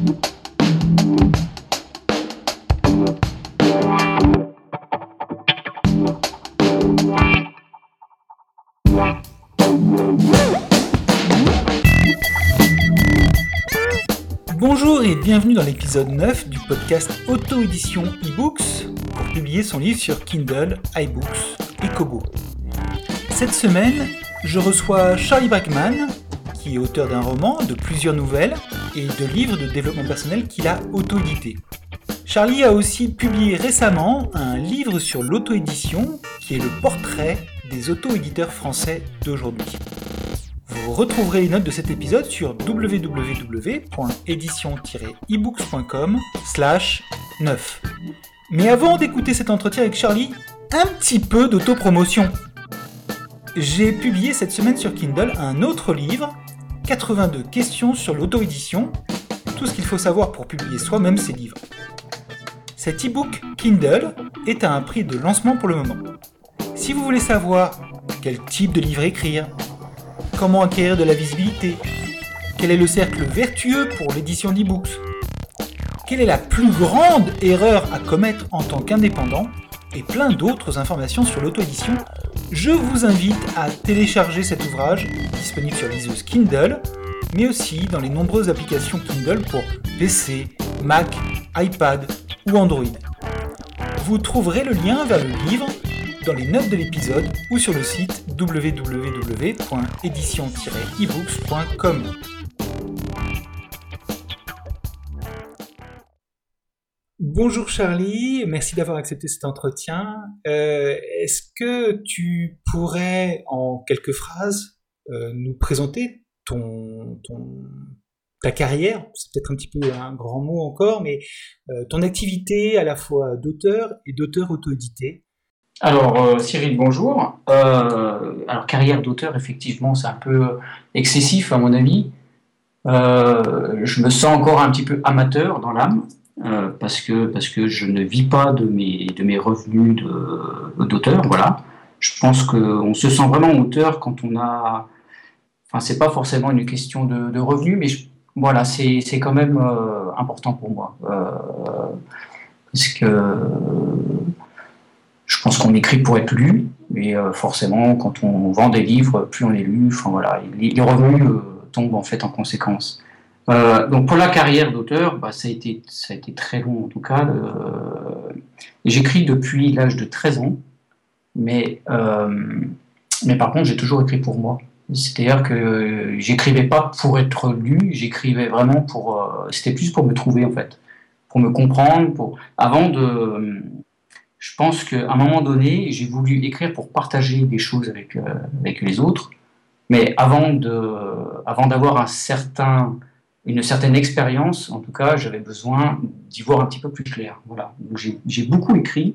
Bonjour et bienvenue dans l'épisode 9 du podcast Auto-édition eBooks pour publier son livre sur Kindle, iBooks et Kobo. Cette semaine, je reçois Charlie Brackman, qui est auteur d'un roman, de plusieurs nouvelles et de livres de développement personnel qu'il a auto-édité. Charlie a aussi publié récemment un livre sur l'auto-édition qui est le portrait des auto-éditeurs français d'aujourd'hui. Vous retrouverez les notes de cet épisode sur www.edition-ebooks.com/9. Mais avant d'écouter cet entretien avec Charlie, un petit peu d'autopromotion. J'ai publié cette semaine sur Kindle un autre livre, 82 questions sur l'auto-édition, tout ce qu'il faut savoir pour publier soi-même ses livres. Cet e-book Kindle est à un prix de lancement pour le moment. Si vous voulez savoir quel type de livre écrire, comment acquérir de la visibilité, quel est le cercle vertueux pour l'édition d'e-books, quelle est la plus grande erreur à commettre en tant qu'indépendant, et plein d'autres informations sur l'auto-édition, je vous invite à télécharger cet ouvrage disponible sur liseuse Kindle, mais aussi dans les nombreuses applications Kindle pour PC, Mac, iPad ou Android. Vous trouverez le lien vers le livre dans les notes de l'épisode ou sur le site www.edition-ebooks.com. Bonjour Charlie, merci d'avoir accepté cet entretien. Est-ce que tu pourrais, en quelques phrases, nous présenter ta carrière, c'est peut-être un petit peu un grand mot encore, mais ton activité à la fois d'auteur et d'auteur auto-édité? Alors Cyril, bonjour. Alors carrière d'auteur, effectivement, c'est un peu excessif à mon avis. Je me sens encore un petit peu amateur dans l'âme. Parce que je ne vis pas de mes revenus d'auteur, voilà. Je pense qu'on se sent vraiment auteur quand on a... Enfin, c'est pas forcément une question de revenus, mais voilà, c'est quand même important pour moi. Parce que je pense qu'on écrit pour être lu, et forcément, quand on vend des livres, plus on est lu, enfin voilà, les revenus tombent en fait en conséquence. Donc pour la carrière d'auteur, ça a été très long en tout cas. J'écris depuis l'âge de 13 ans, mais par contre j'ai toujours écrit pour moi. C'est-à-dire que j'écrivais pas pour être lu, j'écrivais vraiment c'était plus pour me trouver en fait, pour me comprendre. Je pense qu'à un moment donné, j'ai voulu écrire pour partager des choses avec les autres, mais avant d'avoir une certaine expérience, en tout cas, j'avais besoin d'y voir un petit peu plus clair. Voilà. Donc, j'ai beaucoup écrit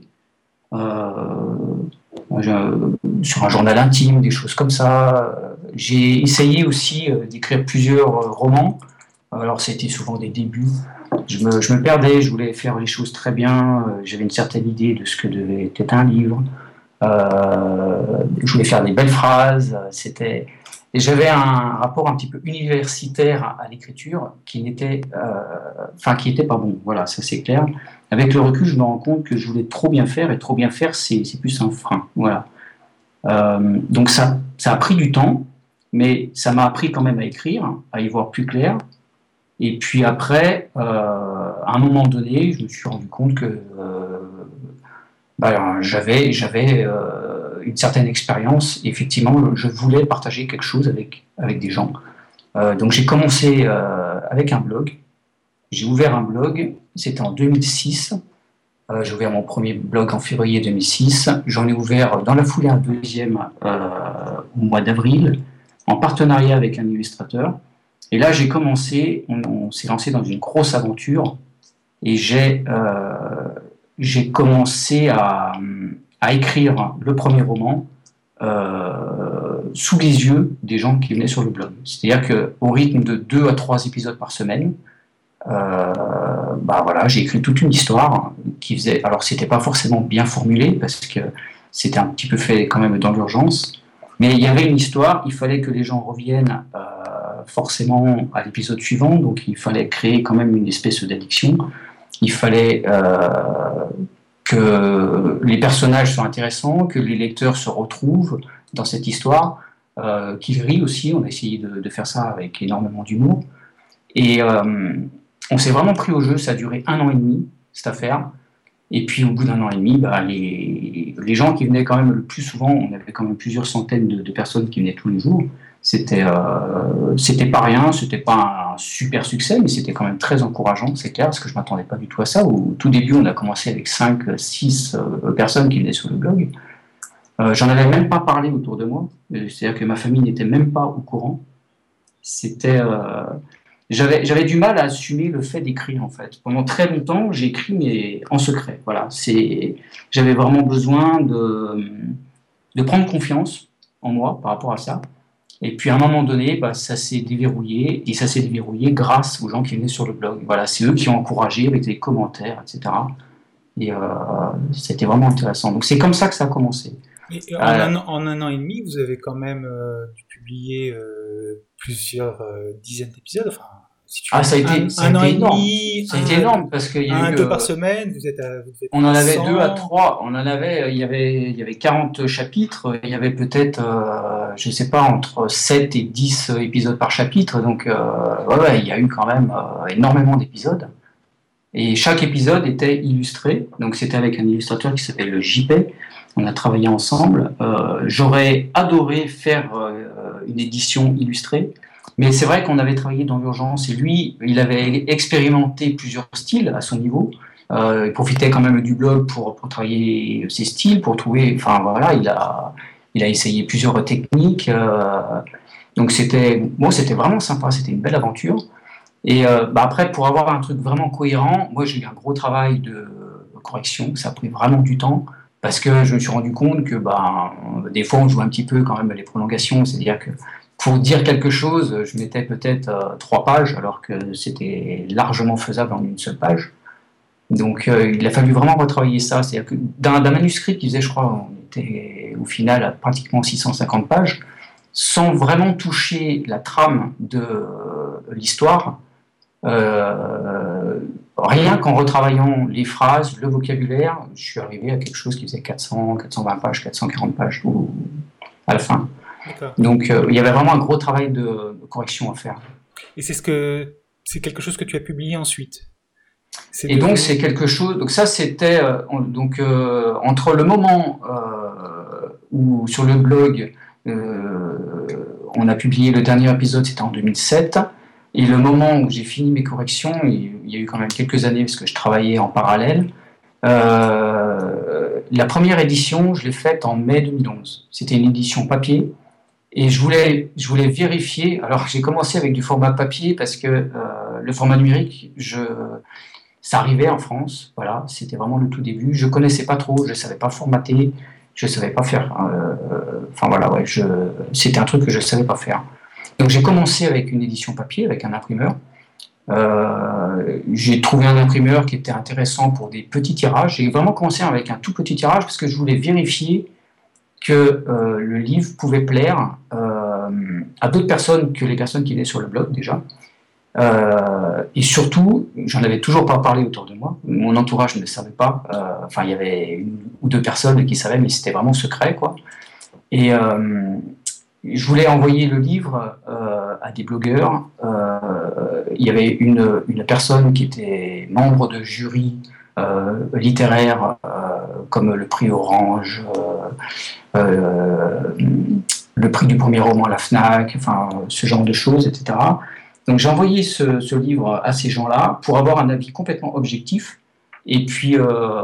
sur un journal intime, des choses comme ça. J'ai essayé aussi d'écrire plusieurs romans. Alors, c'était souvent des débuts. Je me perdais, je voulais faire les choses très bien. J'avais une certaine idée de ce que devait être un livre. Je voulais faire des belles phrases. Et j'avais un rapport un petit peu universitaire à l'écriture qui était pas bon. Voilà, ça c'est clair. Avec le recul, je me rends compte que je voulais trop bien faire, et trop bien faire, c'est plus un frein. Voilà. Donc ça a pris du temps, mais ça m'a appris quand même à écrire, à y voir plus clair. Et puis après, à un moment donné, je me suis rendu compte que j'avais une certaine expérience. Effectivement, je voulais partager quelque chose avec des gens. Donc j'ai commencé avec un blog. J'ai ouvert un blog, c'était en 2006. J'ai ouvert mon premier blog en février 2006. J'en ai ouvert dans la foulée un deuxième au mois d'avril, en partenariat avec un illustrateur. Et là, on s'est lancé dans une grosse aventure. Et j'ai commencé à écrire le premier roman sous les yeux des gens qui venaient sur le blog. C'est-à-dire qu'au rythme de 2 à 3 épisodes par semaine, j'ai écrit toute une histoire qui faisait... Alors, c'était pas forcément bien formulé, parce que c'était un petit peu fait quand même dans l'urgence, mais il y avait une histoire, il fallait que les gens reviennent forcément à l'épisode suivant, donc il fallait créer quand même une espèce d'addiction. Il fallait que les personnages soient intéressants, que les lecteurs se retrouvent dans cette histoire, qu'ils rient aussi. On a essayé de faire ça avec énormément d'humour. Et on s'est vraiment pris au jeu, ça a duré 1 an et demi, cette affaire. Et puis au bout d'1 an et demi, les gens qui venaient quand même le plus souvent, on avait quand même plusieurs centaines de personnes qui venaient tous les jours. C'était pas rien, c'était pas un super succès, mais c'était quand même très encourageant, c'est clair, parce que je m'attendais pas du tout à ça. Au tout début, on a commencé avec 5, 6 personnes qui venaient sur le blog. J'en avais même pas parlé autour de moi, c'est-à-dire que ma famille n'était même pas au courant. J'avais du mal à assumer le fait d'écrire, en fait. Pendant très longtemps, j'ai écrit, mais en secret. Voilà, j'avais vraiment besoin de prendre confiance en moi par rapport à ça. Et puis à un moment donné, ça s'est déverrouillé, et ça s'est déverrouillé grâce aux gens qui venaient sur le blog. Voilà, c'est eux qui ont encouragé avec des commentaires, etc. Et c'était vraiment intéressant. Donc c'est comme ça que ça a commencé. Et en 1 an et demi, vous avez quand même dû publier plusieurs dizaines d'épisodes. Enfin, si tu ça a été énorme. Ça a été énorme parce qu'il y a eu 2 par semaine. On en avait 2 à 3. Il y avait 40 chapitres. Il y avait peut-être, je sais pas, entre 7 et 10 épisodes par chapitre. Donc, il y a eu quand même énormément d'épisodes. Et chaque épisode était illustré. Donc, c'était avec un illustrateur qui s'appelle JP. On a travaillé ensemble. J'aurais adoré faire une édition illustrée. Mais c'est vrai qu'on avait travaillé dans l'urgence et lui, il avait expérimenté plusieurs styles à son niveau. Il profitait quand même du blog pour travailler ses styles, pour trouver. Enfin voilà, il a essayé plusieurs techniques. Donc c'était vraiment sympa, c'était une belle aventure. Et après, pour avoir un truc vraiment cohérent, moi j'ai eu un gros travail de correction. Ça a pris vraiment du temps parce que je me suis rendu compte que des fois on joue un petit peu quand même les prolongations, c'est-à-dire que pour dire quelque chose, je mettais peut-être 3 pages, alors que c'était largement faisable en une seule page. Donc il a fallu vraiment retravailler ça. C'est-à-dire que d'un manuscrit qui faisait, je crois, on était au final à pratiquement 650 pages, sans vraiment toucher la trame de l'histoire, rien qu'en retravaillant les phrases, le vocabulaire, je suis arrivé à quelque chose qui faisait 400, 420 pages, 440 pages à la fin. D'accord. Donc il y avait vraiment un gros travail de correction à faire. Et c'est quelque chose que tu as publié ensuite. Donc c'est quelque chose. Donc ça c'était entre le moment où sur le blog on a publié le dernier épisode, c'était en 2007, et le moment où j'ai fini mes corrections, il y a eu quand même quelques années parce que je travaillais en parallèle. La première édition, je l'ai faite en mai 2011. C'était une édition papier. Et je voulais vérifier. Alors j'ai commencé avec du format papier parce que le format numérique, ça arrivait en France. Voilà, c'était vraiment le tout début. Je connaissais pas trop, je savais pas formater, je savais pas faire. C'était un truc que je savais pas faire. Donc j'ai commencé avec une édition papier, avec un imprimeur. J'ai trouvé un imprimeur qui était intéressant pour des petits tirages. J'ai vraiment commencé avec un tout petit tirage parce que je voulais vérifier que le livre pouvait plaire à d'autres personnes que les personnes qui venaient sur le blog déjà. Et surtout, j'en avais toujours pas parlé autour de moi. Mon entourage ne le savait pas. Il y avait 1 ou 2 personnes qui savaient, mais c'était vraiment secret, quoi. Et je voulais envoyer le livre à des blogueurs. Il y avait une personne qui était membre de jury littéraire, comme le prix Orange, le prix du premier roman à la FNAC, enfin ce genre de choses, etc. Donc j'ai envoyé ce livre à ces gens-là pour avoir un avis complètement objectif et puis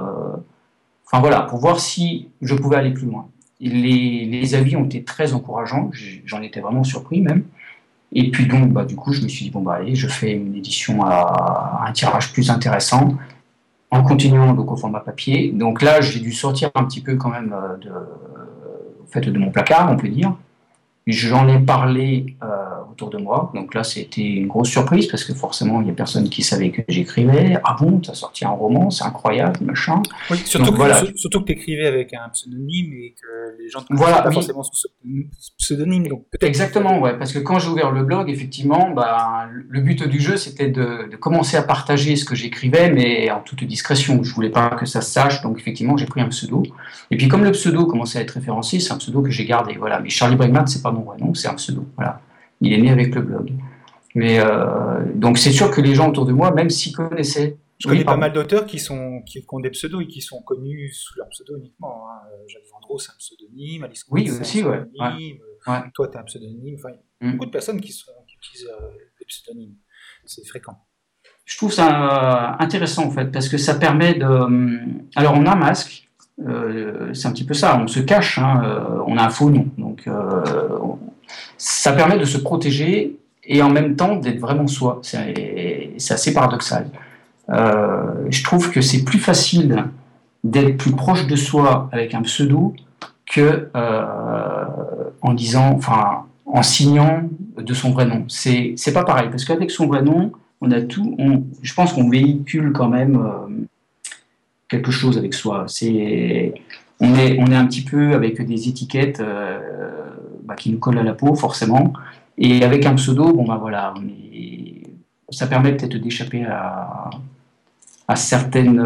pour voir si je pouvais aller plus loin. Et les avis ont été très encourageants, j'en étais vraiment surpris même. Et puis donc du coup je me suis dit allez, je fais une édition à un tirage plus intéressant en continuant donc au format papier. Donc là j'ai dû sortir un petit peu quand même de mon placard, on peut dire. J'en ai parlé autour de moi. Donc là, c'était une grosse surprise parce que forcément, il n'y a personne qui savait que j'écrivais. Ah bon, t'as sorti un roman, c'est incroyable, machin. Oui, surtout Donc voilà. surtout que tu écrivais avec un pseudonyme et que les gens ne te connaissaient Voilà, pas oui. forcément sous ce pseudonyme. Donc peut-être Exactement, ouais, parce que quand j'ai ouvert le blog, effectivement, bah, le but du jeu, c'était de commencer à partager ce que j'écrivais, mais en toute discrétion. Je voulais pas que ça se sache, donc effectivement, j'ai pris un pseudo. Et puis comme le pseudo commençait à être référencé, c'est un pseudo que j'ai gardé. Voilà, mais Charlie Bregman, c'est pas mon vrai nom, c'est un pseudo. Voilà, il est né avec le blog. Mais donc c'est sûr que les gens autour de moi, même s'ils connaissaient, je connais oui, pas pardon. mal d'auteurs qui ont des pseudos et qui sont connus sous leur pseudo uniquement. Hein. Jacques Vendroux, c'est un pseudonyme. Alice Cool, Oui, c'est un aussi, ouais, ouais, pseudonyme. ouais. Toi, tu as un pseudonyme. Enfin, il y a beaucoup de personnes qui utilisent des pseudonymes. C'est fréquent. Je trouve ça intéressant en fait, parce que ça permet de. Alors on a un masque, c'est un petit peu ça, on se cache, hein, on a un faux nom, donc ça permet de se protéger et en même temps d'être vraiment soi. C'est assez paradoxal. Je trouve que c'est plus facile d'être plus proche de soi avec un pseudo que en disant, enfin, en signant de son vrai nom. C'est pas pareil, parce qu'avec son vrai nom, on a tout. Je pense qu'on véhicule quand même quelque chose avec soi. On est un petit peu avec des étiquettes qui nous collent à la peau, forcément. Et avec un pseudo, bon bah voilà, ça permet peut-être d'échapper à certaines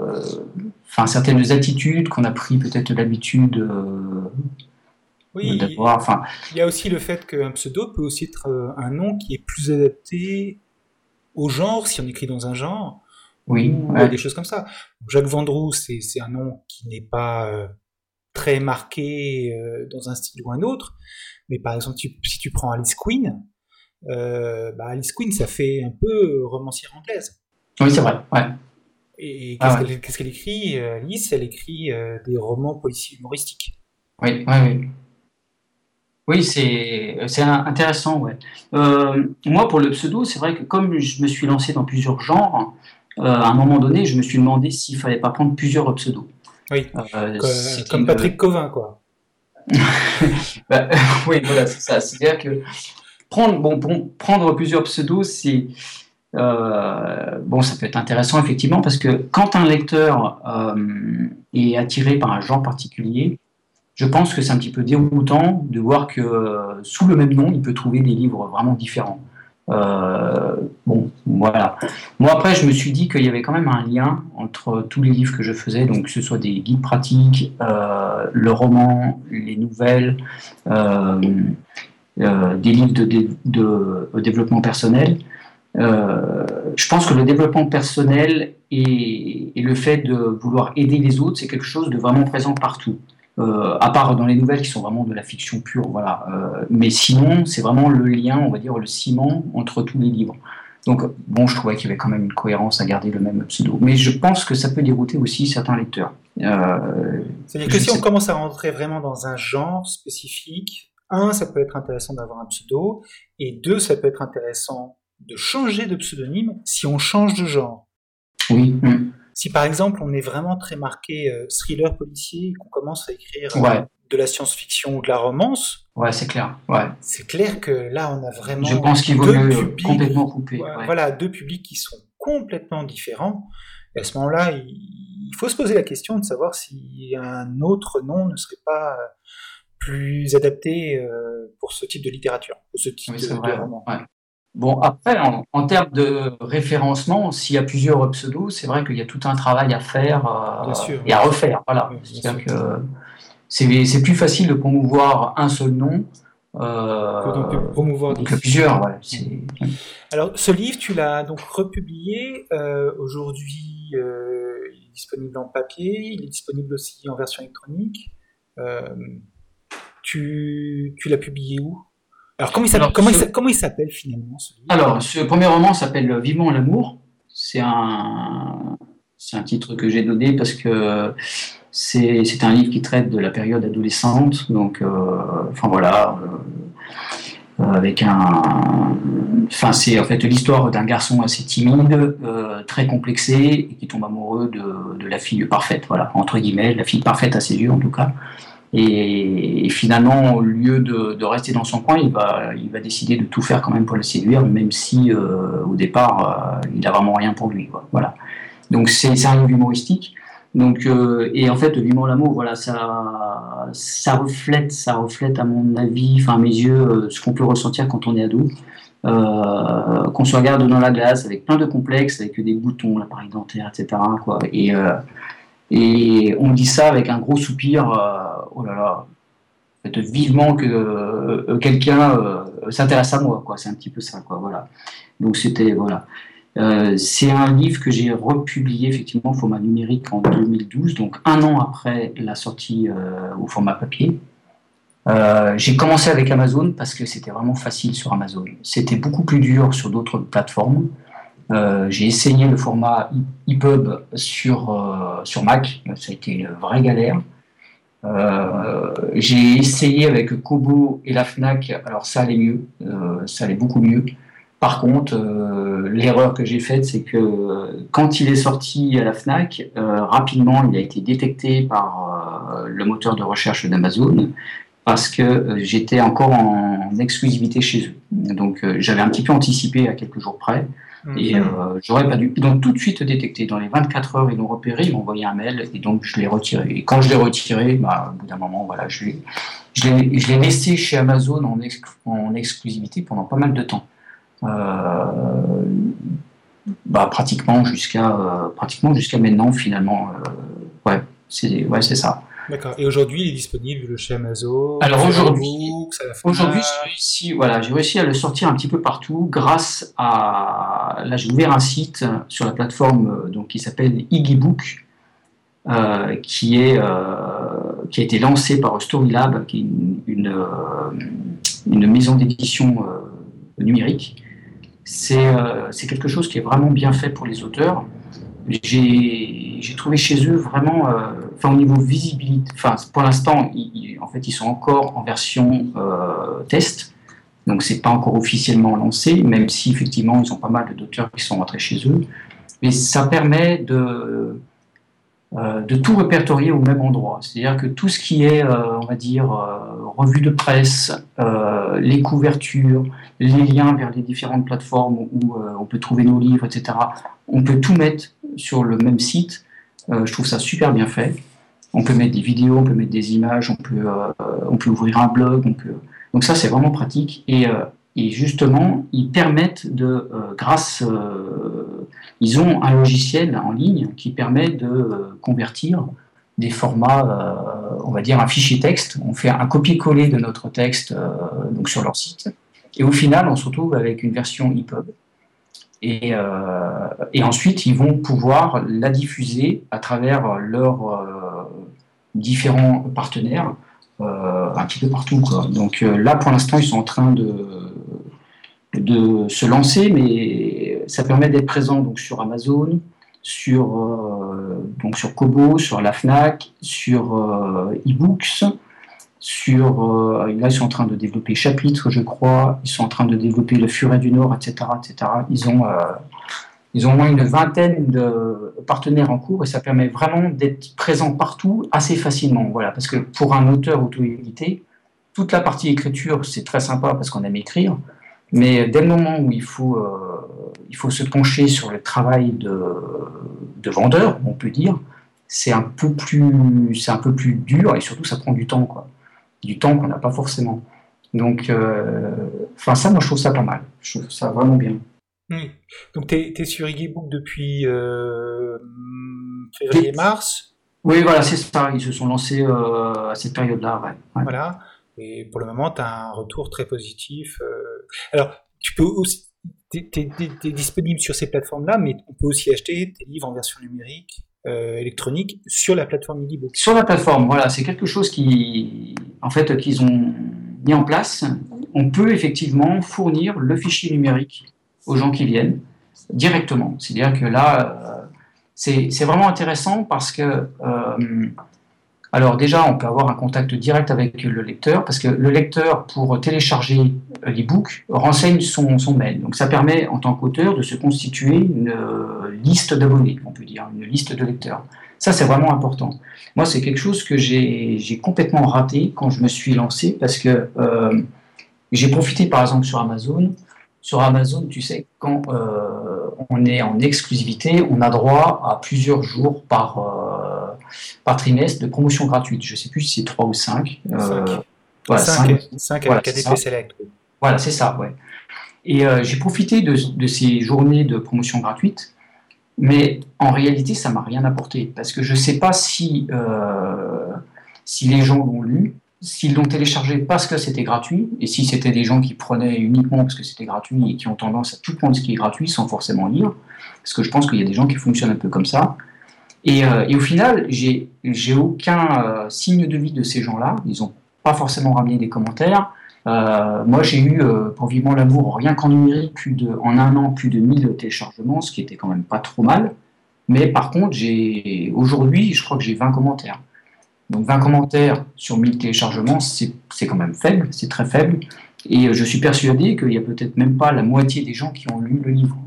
attitudes qu'on a pris peut-être l'habitude Oui, d'avoir. Enfin, il y a aussi le fait qu'un pseudo peut aussi être un nom qui est plus adapté au genre, si on écrit dans un genre, oui, ou ouais. des choses comme ça. Jacques Vendroux, c'est un nom qui n'est pas très marqué dans un style ou un autre, mais par exemple, si tu prends Alice Queen, Alice Queen, ça fait un peu romancière anglaise. Oui, c'est vrai, ouais. Et Ouais. qu'est-ce qu'elle écrit Alice, elle écrit des romans policiers humoristiques. Oui, oui, oui. Oui, c'est intéressant, ouais. Moi, pour le pseudo, c'est vrai que comme je me suis lancé dans plusieurs genres, à un moment donné, je me suis demandé s'il fallait pas prendre plusieurs pseudos. Oui, C'était comme Patrick Covin, quoi. Bah, oui, voilà, c'est ça. C'est-à-dire que prendre plusieurs pseudos, ça peut être intéressant effectivement parce que quand un lecteur est attiré par un genre particulier, je pense que c'est un petit peu déroutant de voir que sous le même nom, il peut trouver des livres vraiment différents. Voilà. Moi, après, je me suis dit qu'il y avait quand même un lien entre tous les livres que je faisais, donc que ce soit des guides pratiques, le roman, les nouvelles, des livres de développement personnel. Je pense que le développement personnel et le fait de vouloir aider les autres, c'est quelque chose de vraiment présent partout. À part dans les nouvelles qui sont vraiment de la fiction pure, voilà. Mais sinon, c'est vraiment le lien, on va dire, le ciment entre tous les livres. Donc, bon, je trouvais qu'il y avait quand même une cohérence à garder le même pseudo. Mais je pense que ça peut dérouter aussi certains lecteurs. C'est-à-dire que si on commence à rentrer vraiment dans un genre spécifique, ça peut être intéressant d'avoir un pseudo, et deux, ça peut être intéressant de changer de pseudonyme si on change de genre. Oui. Si par exemple on est vraiment très marqué thriller policier, qu'on commence à écrire de la science-fiction ou de la romance, ouais, c'est clair. Ouais. C'est clair que là on a vraiment je pense qu'il vaut mieux complètement couper. Voilà, deux publics qui sont complètement différents. Et à ce moment-là, il faut se poser la question de savoir si un autre nom ne serait pas plus adapté pour ce type de littérature, pour ce type de roman. Ouais. Bon, après, en termes de référencement, s'il y a plusieurs pseudos, c'est vrai qu'il y a tout un travail à faire et à refaire. Voilà. C'est-à-dire que c'est plus facile de promouvoir un seul nom que promouvoir plusieurs. Ouais, Alors, ce livre, tu l'as donc republié. Aujourd'hui, il est disponible en papier, il est disponible aussi en version électronique. Tu l'as publié où? Alors, comment il s'appelle finalement ce livre? Alors, ce premier roman s'appelle Vivement l'amour. C'est un titre que j'ai donné parce que c'est un livre qui traite de la période adolescente. Donc, avec c'est en fait l'histoire d'un garçon assez timide, très complexé, et qui tombe amoureux de la fille parfaite. Voilà, entre guillemets, la fille parfaite à ses yeux en tout cas. Et finalement, au lieu de rester dans son coin, il va décider de tout faire quand même pour la séduire, même si au départ, il n'a vraiment rien pour lui, quoi. Voilà. Donc c'est un livre humoristique. Donc, et en fait, Vivement l'amour, voilà, ça reflète à mon avis, enfin à mes yeux, ce qu'on peut ressentir quand on est ado. Qu'on se regarde dans la glace avec plein de complexes, avec des boutons, l'appareil dentaire, etc., quoi. Et on dit ça avec un gros soupir, oh là là, en fait, vivement que quelqu'un s'intéresse à moi, quoi. C'est un petit peu ça, quoi. Voilà. Donc c'était, voilà. C'est un livre que j'ai republié effectivement au format numérique en 2012, donc un an après la sortie au format papier. J'ai commencé avec Amazon parce que c'était vraiment facile sur Amazon. C'était beaucoup plus dur sur d'autres plateformes. J'ai essayé le format EPUB sur Mac, ça a été une vraie galère. J'ai essayé avec Kobo et la Fnac, alors ça allait mieux, ça allait beaucoup mieux. Par contre, l'erreur que j'ai faite, c'est que quand il est sorti à la Fnac, rapidement il a été détecté par le moteur de recherche d'Amazon parce que j'étais encore en exclusivité chez eux. Donc j'avais un petit peu anticipé à quelques jours près. Et j'aurais pas dû. Ils l'ont tout de suite détecté. Dans les 24 heures, ils l'ont repéré, ils m'ont envoyé un mail, et donc je l'ai retiré. Et quand je l'ai retiré, bah, au bout d'un moment, voilà, je l'ai laissé chez Amazon en exclusivité pendant pas mal de temps. Bah, pratiquement jusqu'à maintenant, finalement. C'est ça. D'accord. Et aujourd'hui, il est disponible chez Amazon, Alors sur aujourd'hui, iBooks, à la Aujourd'hui, Fnac. j'ai réussi à le sortir un petit peu partout grâce à. Là, j'ai ouvert un site sur la plateforme donc, qui s'appelle Iggybook, qui a été lancé par Storylab, qui est une maison d'édition numérique. C'est quelque chose qui est vraiment bien fait pour les auteurs. J'ai trouvé chez eux vraiment, au niveau visibilité, pour l'instant, en fait, ils sont encore en version test, donc c'est pas encore officiellement lancé, même si effectivement, ils ont pas mal d'auteurs qui sont rentrés chez eux. Mais ça permet de tout répertorier au même endroit. C'est-à-dire que tout ce qui est, on va dire, revue de presse, les couvertures, les liens vers les différentes plateformes où on peut trouver nos livres, etc., on peut tout mettre sur le même site. Je trouve ça super bien fait. On peut mettre des vidéos, on peut mettre des images, on peut ouvrir un blog. Donc ça, c'est vraiment pratique. Et justement, ils permettent ils ont un logiciel en ligne qui permet de convertir des formats, on va dire un fichier texte. On fait un copier-coller de notre texte donc sur leur site. Et au final, on se retrouve avec une version EPUB. Et ensuite, ils vont pouvoir la diffuser à travers leurs différents partenaires un petit peu partout, quoi. Donc là, pour l'instant, ils sont en train de se lancer, mais ça permet d'être présent donc, sur Amazon, sur Kobo, sur la Fnac, sur eBooks, là, ils sont en train de développer Chapitre, je crois, ils sont en train de développer Le Furet du Nord, etc., etc. Ils ont au moins une vingtaine de partenaires en cours et ça permet vraiment d'être présent partout assez facilement. Voilà, parce que pour un auteur auto-édité, toute la partie écriture, c'est très sympa parce qu'on aime écrire, mais dès le moment où il faut se pencher sur le travail de vendeur, on peut dire, c'est un peu plus dur et surtout ça prend du temps, quoi. Du temps qu'on n'a pas forcément. Donc, ça, moi, je trouve ça pas mal. Je trouve ça vraiment bien. Oui. Donc, tu es sur Iggybook depuis février-mars. Oui, voilà, c'est ça. Ils se sont lancés à cette période-là. Ouais. Voilà. Et pour le moment, tu as un retour très positif. Alors, tu peux aussi. T'es disponible sur ces plateformes-là, mais on peut aussi acheter tes livres en version numérique, électronique, sur la plateforme Iggybook. Sur la plateforme, voilà, c'est quelque chose qu'ils ont mis en place. On peut effectivement fournir le fichier numérique aux gens qui viennent directement. C'est-à-dire que là, c'est vraiment intéressant parce que alors déjà, on peut avoir un contact direct avec le lecteur, parce que le lecteur, pour télécharger l'e-book, renseigne son mail. Donc ça permet, en tant qu'auteur, de se constituer une liste d'abonnés, on peut dire, une liste de lecteurs. Ça, c'est vraiment important. Moi, c'est quelque chose que j'ai complètement raté quand je me suis lancé parce que j'ai profité, par exemple, sur Amazon. Sur Amazon, tu sais, quand on est en exclusivité, on a droit à plusieurs jours par trimestre de promotion gratuite. Je ne sais plus si c'est 3 ou 5. 5. Voilà, 5. 5 Voilà, avec c'est KDP ça. Select. Oui. Voilà, c'est ça, ouais. Et j'ai profité de ces journées de promotion gratuite, mais en réalité, ça m'a rien apporté parce que je ne sais pas si les gens l'ont lu, s'ils l'ont téléchargé parce que c'était gratuit, et si c'était des gens qui prenaient uniquement parce que c'était gratuit et qui ont tendance à tout prendre ce qui est gratuit sans forcément lire, parce que je pense qu'il y a des gens qui fonctionnent un peu comme ça. Et au final, j'ai aucun signe de vie de ces gens-là. Ils n'ont pas forcément ramené des commentaires. Moi, j'ai eu, pour Vivement l'amour, rien qu'en numérique, en un an, plus de 1000 téléchargements, ce qui était quand même pas trop mal. Mais par contre, aujourd'hui, je crois que j'ai 20 commentaires. Donc 20 commentaires sur 1000 téléchargements, c'est quand même faible, c'est très faible. Et je suis persuadé qu'il y a peut-être même pas la moitié des gens qui ont lu le livre,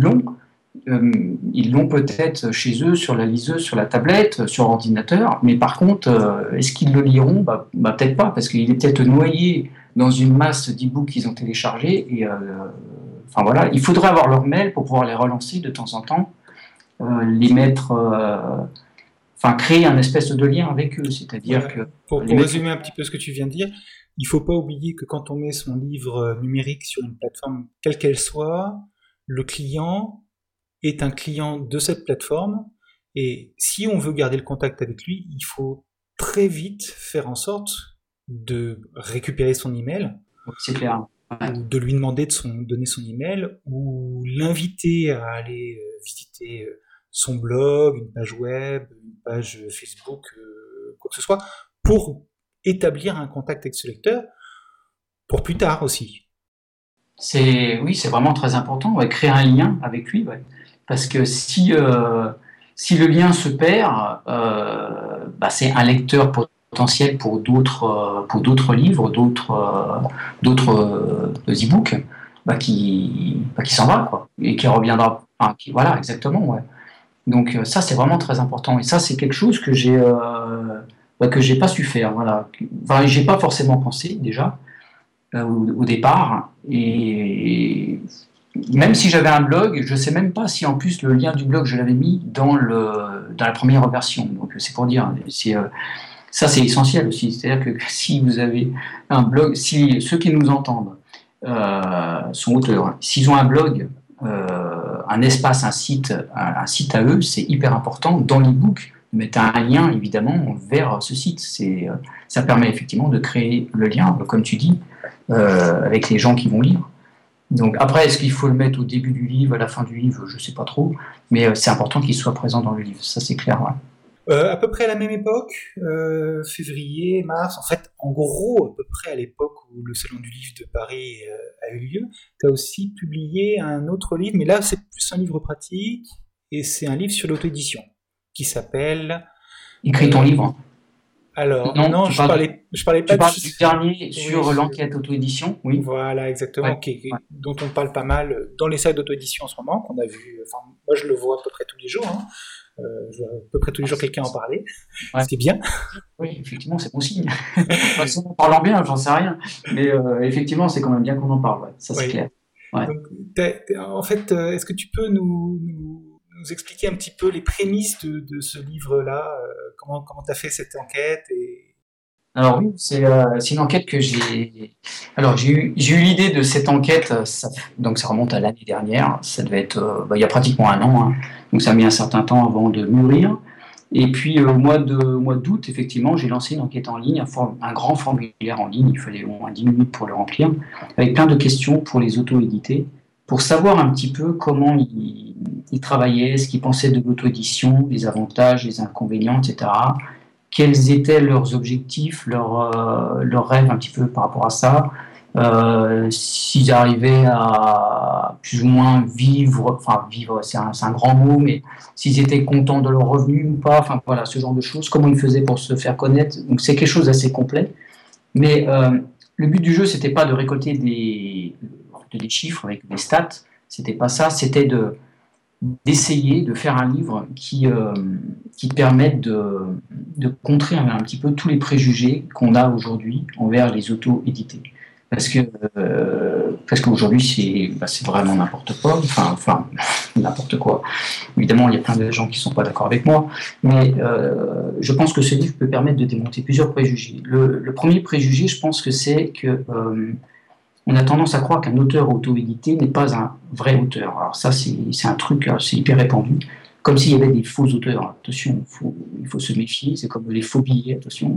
ils l'ont peut-être chez eux, sur la liseuse, sur la tablette, sur l'ordinateur, mais par contre, est-ce qu'ils le liront? Peut-être pas, parce qu'il est peut-être noyé dans une masse d'e-books qu'ils ont téléchargés. Et enfin voilà, il faudrait avoir leur mail pour pouvoir les relancer de temps en temps, les mettre, enfin créer un espèce de lien avec eux, c'est-à-dire Voilà. que Pour les mettre. résumer un petit peu ce que tu viens de dire, il ne faut pas oublier que quand on met son livre numérique sur une plateforme, quelle qu'elle soit, le client est un client de cette plateforme. Et si on veut garder le contact avec lui, il faut très vite faire en sorte de récupérer son email C'est clair. Ouais. ou de lui demander de donner son email ou l'inviter à aller visiter son blog, une page web, une page Facebook, quoi que ce soit, pour établir un contact avec ce lecteur pour plus tard aussi. Oui, c'est vraiment très important, ouais, créer un lien avec lui, ouais. Parce que si le lien se perd, c'est un lecteur potentiel pour d'autres livres, d'autres e-books, qui s'en va, quoi, et qui reviendra. Enfin, voilà, exactement, ouais. Donc ça, c'est vraiment très important. Et ça, c'est quelque chose que j'ai pas su faire, voilà. Enfin, j'ai pas forcément pensé déjà au départ. Et même si j'avais un blog, je ne sais même pas si en plus le lien du blog je l'avais mis dans la première version. Donc c'est pour dire, ça c'est essentiel aussi. C'est-à-dire que si vous avez un blog, si ceux qui nous entendent sont auteurs, s'ils ont un blog, un espace, un site à eux, c'est hyper important dans l'e-book de mettre un lien évidemment vers ce site. Ça permet effectivement de créer le lien, comme tu dis, avec les gens qui vont lire. Donc après, est-ce qu'il faut le mettre au début du livre, à la fin du livre, je ne sais pas trop, mais c'est important qu'il soit présent dans le livre, ça c'est clair. Ouais. À peu près à la même époque, février, mars, en fait, en gros, à peu près à l'époque où le Salon du Livre de Paris a eu lieu, tu as aussi publié un autre livre, mais là c'est plus un livre pratique, et c'est un livre sur l'auto-édition, qui s'appelle... Écris ton livre. Alors, non, je parlais pas tu parles du dernier sur oui, l'enquête auto-édition, oui. Voilà, exactement, Ouais. dont on parle pas mal dans les salles d'auto-édition en ce moment, qu'on a vu, enfin, moi je le vois à peu près tous les jours, hein. Je vois à peu près tous les jours quelqu'un en parler, Ouais. ce qui est bien. Oui, effectivement, c'est bon signe. En parlant bien, j'en sais rien, mais effectivement, c'est quand même bien qu'on en parle, ouais. Ça c'est Oui. clair. Ouais. Donc, en fait, est-ce que tu peux nous expliquer un petit peu les prémices de ce livre-là, comment tu as fait cette enquête Alors oui, c'est une enquête que j'ai. Alors j'ai eu l'idée de cette enquête, donc ça remonte à l'année dernière. Ça devait être il y a pratiquement un an, hein. Donc ça a mis un certain temps avant de mûrir. Et puis au mois d'août, effectivement, j'ai lancé une enquête en ligne, un grand formulaire en ligne. Il fallait au moins 10 minutes pour le remplir, avec plein de questions pour les auto-édités, pour savoir un petit peu comment ils travaillaient, ce qu'ils pensaient de l'auto-édition, les avantages, les inconvénients, etc. Quels étaient leurs objectifs, leurs rêves un petit peu par rapport à ça, s'ils arrivaient à plus ou moins vivre, enfin vivre c'est un grand mot, mais s'ils étaient contents de leurs revenus ou pas, enfin voilà, ce genre de choses, comment ils faisaient pour se faire connaître. Donc c'est quelque chose d'assez complet, mais le but du jeu, c'était pas de récolter des chiffres avec des stats, c'était pas ça, c'était d'essayer de faire un livre qui permette de contrer un petit peu tous les préjugés qu'on a aujourd'hui envers les auto-édités. Parce qu'aujourd'hui, c'est vraiment n'importe quoi, enfin, n'importe quoi. Évidemment, il y a plein de gens qui ne sont pas d'accord avec moi, mais je pense que ce livre peut permettre de démonter plusieurs préjugés. Le premier préjugé, je pense que c'est que on a tendance à croire qu'un auteur auto-édité n'est pas un vrai auteur. Alors ça, c'est un truc, c'est hyper répandu. Comme s'il y avait des faux auteurs. Attention, il faut se méfier, c'est comme les faux billets, attention.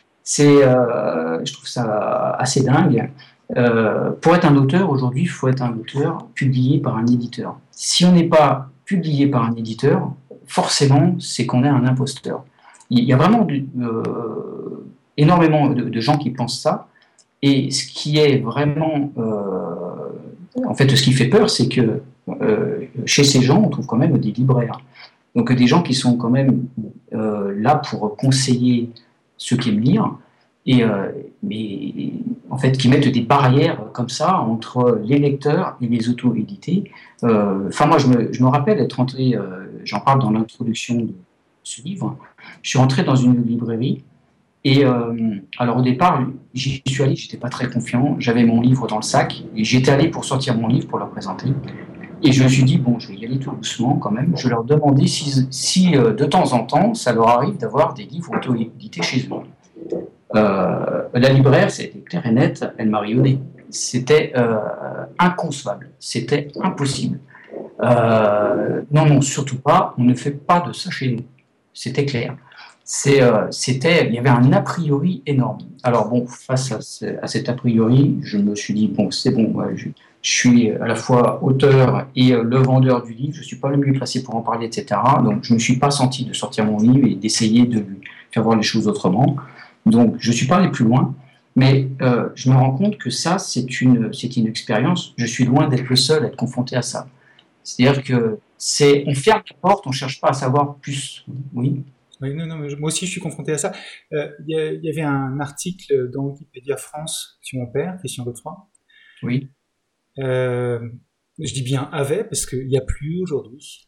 Je trouve ça assez dingue. Pour être un auteur, aujourd'hui, il faut être un auteur publié par un éditeur. Si on n'est pas publié par un éditeur, forcément, c'est qu'on est un imposteur. Il y a vraiment énormément de gens qui pensent ça. Et ce qui est vraiment, en fait, ce qui fait peur, c'est que chez ces gens, on trouve quand même des libraires. Donc des gens qui sont quand même là pour conseiller ceux qui aiment lire, mais en fait qui mettent des barrières comme ça entre les lecteurs et les auto-édités. Enfin, moi, je me rappelle être entré, j'en parle dans l'introduction de ce livre, je suis rentré dans une librairie. Et alors au départ, j'y suis allé, j'étais pas très confiant, j'avais mon livre dans le sac, et j'étais allé pour sortir mon livre pour leur présenter. Et je me suis dit, bon, je vais y aller tout doucement quand même. Je leur demandais si de temps en temps, ça leur arrive d'avoir des livres auto-édités chez eux. La libraire, c'était clair et net, elle m'a rayonné. C'était inconcevable, c'était impossible. Non, surtout pas, on ne fait pas de ça chez nous. C'était clair. Il y avait un a priori énorme. Alors bon, face à cet a priori, je me suis dit, bon, c'est bon, je suis à la fois auteur et le vendeur du livre, je ne suis pas le mieux placé pour en parler, etc. Donc je ne me suis pas senti de sortir mon livre et d'essayer de lui faire voir les choses autrement. Donc je ne suis pas allé plus loin, mais je me rends compte que ça, c'est une expérience. Je suis loin d'être le seul à être confronté à ça. C'est-à-dire on ferme la porte, on ne cherche pas à savoir plus. Oui. Oui, non, mais moi aussi je suis confronté à ça. Il y avait un article dans Wikipédia France sur mon père, Christian Godefroy. Oui. Je dis bien avait parce qu'il n'y a plus aujourd'hui.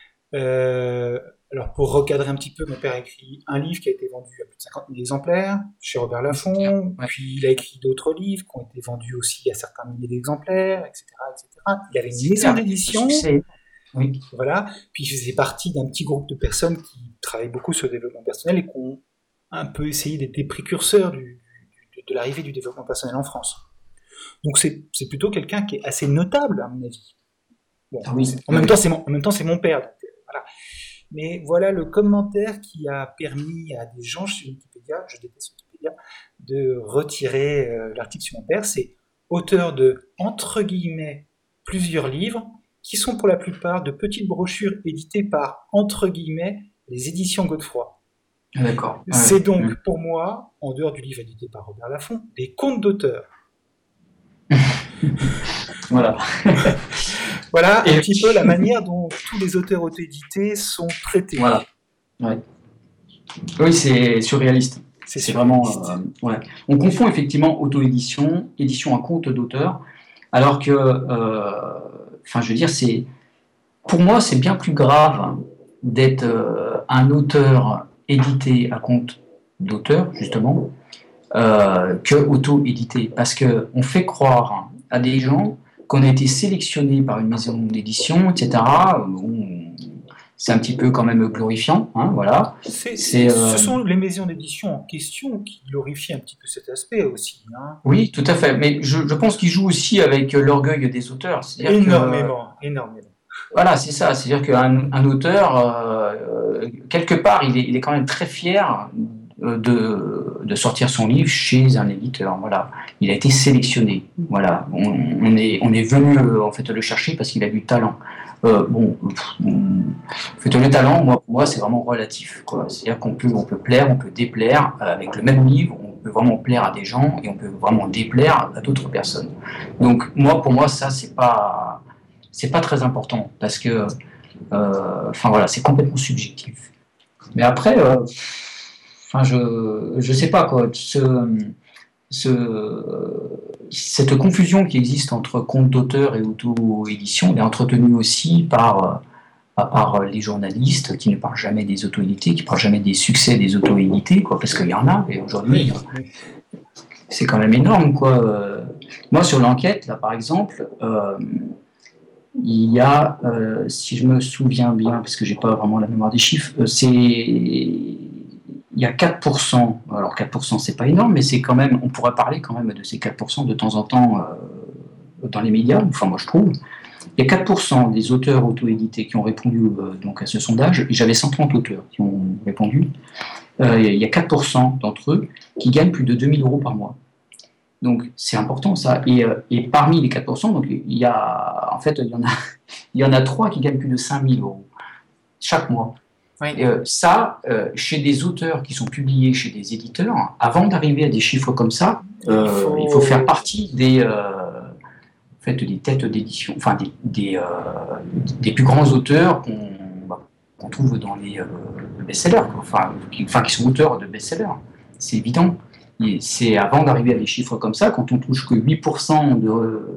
Alors pour recadrer un petit peu, mon père a écrit un livre qui a été vendu à plus de 50 000 exemplaires chez Robert Laffont, puis il a écrit d'autres livres qui ont été vendus aussi à certains milliers d'exemplaires, etc., etc. Il avait une maison d'édition. Oui. Voilà. Puis il faisait partie d'un petit groupe de personnes qui travaillent beaucoup sur le développement personnel et qui ont un peu essayé d'être des précurseurs de l'arrivée du développement personnel en France. Donc c'est plutôt quelqu'un qui est assez notable à mon avis. Bon, en même temps c'est mon père. Donc, voilà. Mais voilà le commentaire qui a permis à des gens chez Wikipédia, je déteste Wikipédia, de retirer l'article sur mon père. C'est auteur de entre guillemets plusieurs livres, qui sont pour la plupart de petites brochures éditées par, entre guillemets, les éditions Godefroy. D'accord. C'est donc, pour moi, en dehors du livre édité par Robert Laffont, des contes d'auteurs. Voilà. Voilà un petit peu la manière dont tous les auteurs auto-édités sont traités. Voilà. Ouais. Oui, c'est surréaliste. C'est vraiment... ouais. On confond effectivement auto-édition, édition à compte d'auteur, alors que... Enfin, je veux dire, pour moi, c'est bien plus grave d'être un auteur édité à compte d'auteur, justement, que auto-édité. Parce qu'on fait croire à des gens qu'on a été sélectionnés par une maison d'édition, etc. C'est un petit peu quand même glorifiant, hein, voilà. Ce sont les maisons d'édition en question qui glorifient un petit peu cet aspect aussi. Hein. Oui, tout à fait. Mais je pense qu'ils jouent aussi avec l'orgueil des auteurs. Énormément. Voilà, c'est ça. C'est-à-dire qu'un auteur, quelque part, il est quand même très fier de sortir son livre chez un éditeur. Voilà, il a été sélectionné. Voilà, on est venu en fait le chercher parce qu'il a du talent. En fait, le talent, pour moi, c'est vraiment relatif. C'est-à-dire qu'on peut plaire, on peut déplaire avec le même livre. On peut vraiment plaire à des gens et on peut vraiment déplaire à d'autres personnes. Donc, pour moi, ça, c'est pas très important parce que, voilà, c'est complètement subjectif. Mais après, je sais pas quoi. Cette confusion qui existe entre compte d'auteur et auto-édition est entretenue aussi par à part les journalistes qui ne parlent jamais des auto-édités, qui ne parlent jamais des succès des auto-édités, quoi, parce qu'il y en a, et aujourd'hui, c'est quand même énorme, quoi. Moi, sur l'enquête, là, par exemple, il y a, si je me souviens bien, parce que je n'ai pas vraiment la mémoire des chiffres, il y a 4%, alors 4% c'est pas énorme, mais c'est quand même, on pourrait parler quand même de ces 4% de temps en temps dans les médias, enfin moi je trouve. Il y a 4% des auteurs auto-édités qui ont répondu donc à ce sondage, et j'avais 130 auteurs qui ont répondu. Il y a 4% d'entre eux qui gagnent plus de 2000 euros par mois. Donc c'est important ça. Et parmi les 4%, donc, il y en a 3 qui gagnent plus de 5000 euros chaque mois. Oui. Chez des auteurs qui sont publiés chez des éditeurs, avant d'arriver à des chiffres comme ça, il faut faire partie des têtes d'édition, enfin des plus grands auteurs qu'on trouve dans les best-sellers, qui sont auteurs de best-sellers. C'est évident. Et c'est avant d'arriver à des chiffres comme ça, quand on touche que 8% de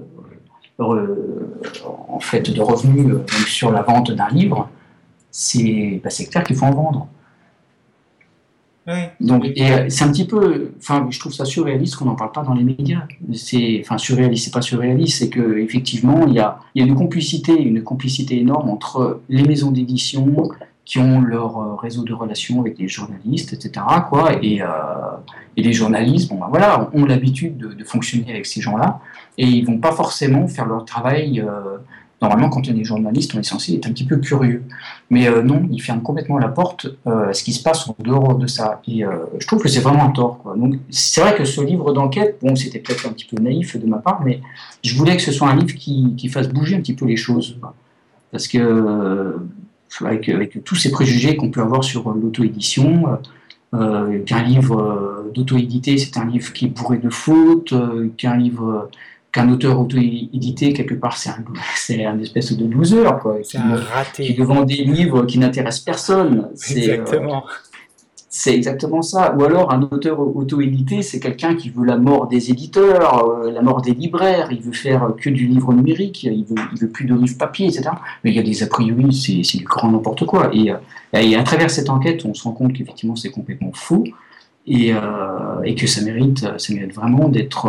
revenus sur la vente d'un livre, c'est clair qu'il faut en vendre. Oui. Donc, c'est un petit peu, je trouve ça surréaliste qu'on n'en parle pas dans les médias. Surréaliste, c'est pas surréaliste, c'est que effectivement il y a une complicité énorme entre les maisons d'édition qui ont leur réseau de relations avec les journalistes, etc., et les journalistes, ont l'habitude de fonctionner avec ces gens-là, et ils vont pas forcément faire leur travail. Normalement, quand on est journaliste, on est censé être un petit peu curieux. Mais non, ils ferment complètement la porte à ce qui se passe en dehors de ça. Et je trouve que c'est vraiment un tort, quoi. Donc, c'est vrai que ce livre d'enquête, c'était peut-être un petit peu naïf de ma part, mais je voulais que ce soit un livre qui fasse bouger un petit peu les choses. Parce que, avec tous ces préjugés qu'on peut avoir sur l'auto-édition, qu'un livre d'auto-édité, c'est un livre qui est bourré de fautes, qu'un auteur auto-édité, quelque part, c'est un espèce de loser, quoi, qui vend des livres qui n'intéressent personne. Exactement. C'est exactement ça. Ou alors, un auteur auto-édité, c'est quelqu'un qui veut la mort des éditeurs, la mort des libraires, il veut faire que du livre numérique, il veut plus de livres papier, etc. Mais il y a des a priori, c'est du grand n'importe quoi. Et à travers cette enquête, on se rend compte qu'effectivement, c'est complètement faux, et que ça mérite vraiment d'être...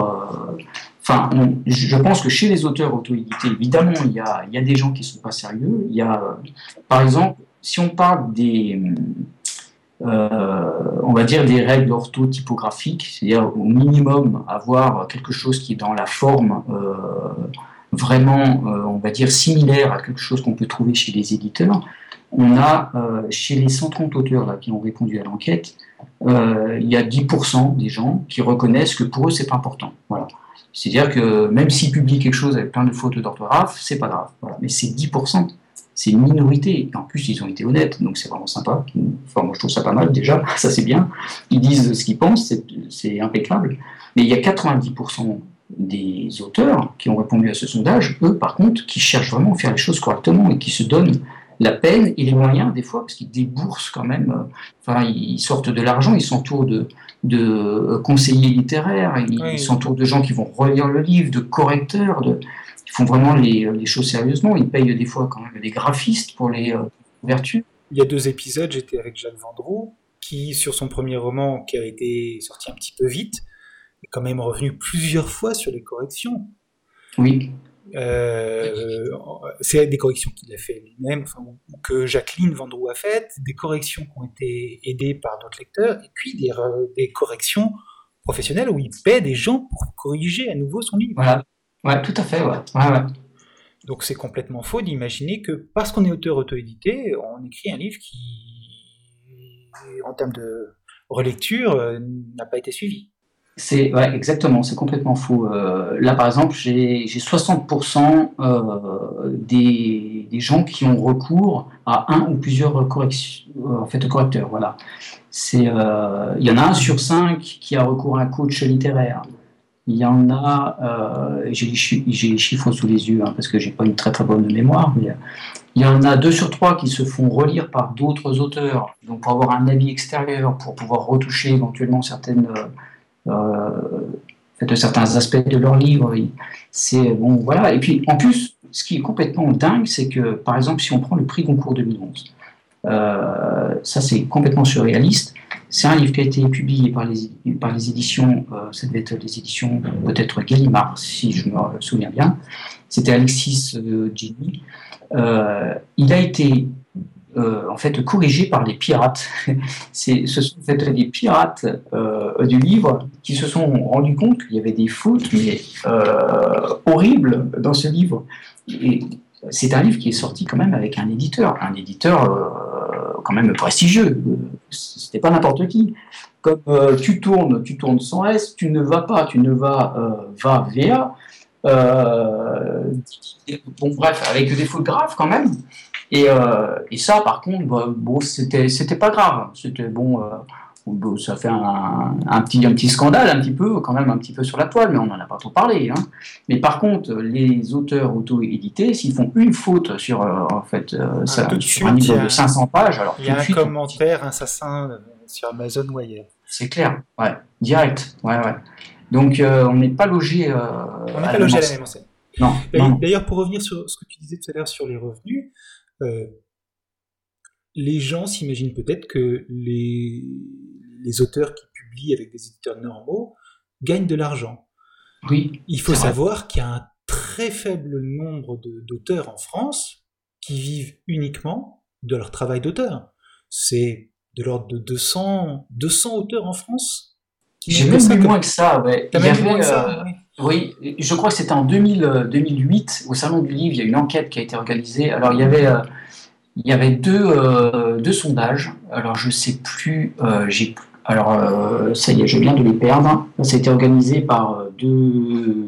je pense que chez les auteurs auto-édités, évidemment, il y a des gens qui ne sont pas sérieux. Il y a, par exemple, si on parle on va dire des règles orthotypographiques, c'est-à-dire au minimum avoir quelque chose qui est dans la forme vraiment, on va dire, similaire à quelque chose qu'on peut trouver chez les éditeurs, on a, chez les 130 auteurs là, qui ont répondu à l'enquête, il y a 10% des gens qui reconnaissent que pour eux, c'est pas important. Voilà. C'est-à-dire que même s'ils publient quelque chose avec plein de fautes d'orthographe, c'est pas grave. Voilà. Mais c'est 10%, c'est une minorité. Et en plus, ils ont été honnêtes, donc c'est vraiment sympa. Moi, je trouve ça pas mal déjà, ça c'est bien. Ils disent ce qu'ils pensent, c'est impeccable. Mais il y a 90% des auteurs qui ont répondu à ce sondage, eux, par contre, qui cherchent vraiment à faire les choses correctement et qui se donnent la peine et les moyens, des fois, parce qu'ils déboursent quand même, ils sortent de l'argent, ils s'entourent de conseillers littéraires, ils s'entourent de gens qui vont relire le livre, de correcteurs, ils font vraiment les choses sérieusement, ils payent des fois quand même des graphistes pour les couvertures. Il y a 2 épisodes, j'étais avec Jacques Vendroux, qui, sur son premier roman, qui a été sorti un petit peu vite, est quand même revenu plusieurs fois sur les corrections. Oui. C'est des corrections qu'il a fait lui-même, ou que Jacqueline Vendroux a faites, des corrections qui ont été aidées par d'autres lecteurs, et puis des corrections professionnelles où il paie des gens pour corriger à nouveau son livre. Voilà, ouais, tout à fait, ouais. Donc c'est complètement faux d'imaginer que parce qu'on est auteur auto-édité, on écrit un livre qui, en termes de relecture, n'a pas été suivi. Exactement, c'est complètement faux. Là, par exemple, j'ai 60% des gens qui ont recours à un ou plusieurs correcteurs. Voilà. Il y en a 1 sur 5 qui a recours à un coach littéraire. Il y en a, j'ai les chiffres sous les yeux, parce que j'ai pas une très très bonne mémoire, mais il y en a 2 sur 3 qui se font relire par d'autres auteurs, donc pour avoir un avis extérieur, pour pouvoir retoucher éventuellement certains aspects de leur livre. C'est bon, voilà. Et puis en plus, ce qui est complètement dingue, c'est que, par exemple, si on prend le prix Goncourt 2011, ça c'est complètement surréaliste. C'est un livre qui a été publié par les éditions, ça devait être les éditions peut-être Gallimard, si je me souviens bien. C'était Alexis Gini. Il a été en fait corrigé par les pirates. Ce sont en fait des pirates du livre qui se sont rendus compte qu'il y avait des fautes mais horribles dans ce livre. Et c'est un livre qui est sorti quand même avec un éditeur quand même prestigieux. C'était pas n'importe qui. Comme tu tournes sans S, tu ne vas pas, va VA. Bon bref, avec des fautes graves quand même. Et ça, par contre, bon, c'était pas grave. C'était bon. Ça fait un petit scandale, un petit peu, quand même, un petit peu sur la toile, mais on n'en a pas trop parlé. Hein. Mais par contre, les auteurs auto-édités, s'ils font une faute sur, sur un livre de 500 pages, alors il y a un commentaire assassin sur Amazon ou ailleurs. C'est clair, ouais, direct, ouais. Donc, on n'est pas logé. On n'est pas logé à la même enseigne. Non. D'ailleurs, pour revenir sur ce que tu disais tout à l'heure sur les revenus, les gens s'imaginent peut-être que les auteurs qui publient avec des éditeurs normaux gagnent de l'argent. Oui. Il faut savoir qu'il y a un très faible nombre d'auteurs en France qui vivent uniquement de leur travail d'auteur. C'est de l'ordre de 200 auteurs en France. J'ai même vu moins que ça, ouais. T'as même vu moins que ça, oui. Oui, je crois que c'était en 2008, au Salon du Livre, il y a une enquête qui a été organisée. Alors, il y avait deux sondages. Alors, je sais plus. Ça y est, je viens de les perdre. Ça a été organisé par deux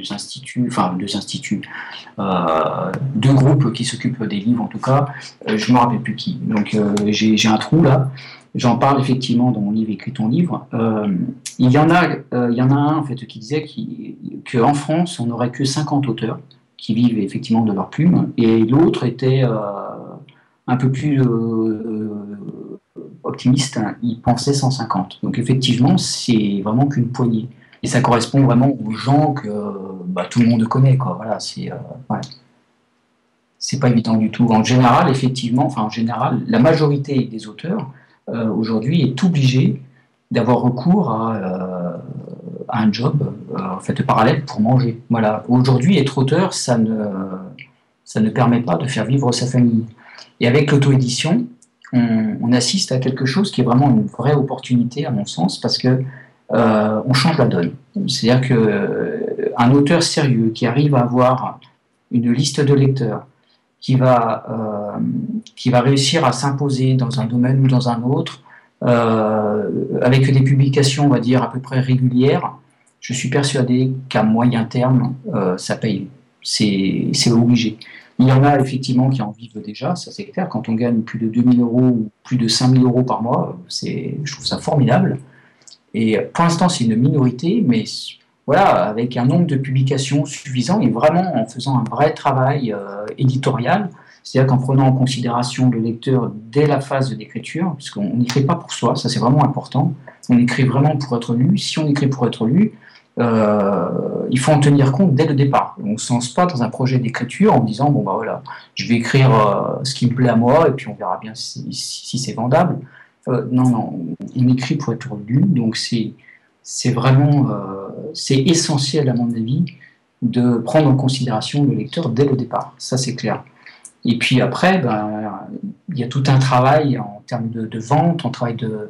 groupes qui s'occupent des livres, en tout cas. Je me rappelle plus qui. Donc, j'ai un trou là. J'en parle effectivement dans mon livre Écris ton livre. Il y en a un en fait qui disait qu'en France, on n'aurait que 50 auteurs qui vivent effectivement de leur plume, et l'autre était un peu plus optimiste, hein, il pensait 150. Donc effectivement, c'est vraiment qu'une poignée. Et ça correspond vraiment aux gens que tout le monde connaît, quoi. Voilà, c'est pas évident du tout. En général, la majorité des auteurs aujourd'hui est obligée d'avoir recours à un job parallèle pour manger. Voilà. Aujourd'hui, être auteur, ça ne permet pas de faire vivre sa famille. Et avec l'auto-édition, on assiste à quelque chose qui est vraiment une vraie opportunité, à mon sens, parce que on change la donne. C'est-à-dire qu'un auteur sérieux qui arrive à avoir une liste de lecteurs, qui va réussir à s'imposer dans un domaine ou dans un autre, avec des publications, on va dire, à peu près régulières, je suis persuadé qu'à moyen terme, ça paye. C'est obligé. Il y en a effectivement qui en vivent déjà, ça c'est clair. Quand on gagne plus de 2 000 € ou plus de 5 000 € par mois, je trouve ça formidable. Et pour l'instant, c'est une minorité, mais voilà, avec un nombre de publications suffisant et vraiment en faisant un vrai travail éditorial, c'est-à-dire qu'en prenant en considération le lecteur dès la phase d'écriture, puisqu'on n'écrit pas pour soi, ça c'est vraiment important, on écrit vraiment pour être lu. Si on écrit pour être lu, il faut en tenir compte dès le départ. On ne se lance pas dans un projet d'écriture en disant voilà, je vais écrire ce qui me plaît à moi et puis on verra bien si c'est vendable. Non, on écrit pour être lu, donc c'est vraiment c'est essentiel à mon avis de prendre en considération le lecteur dès le départ. Ça c'est clair. Et puis après, il y a tout un travail en termes de vente, un travail de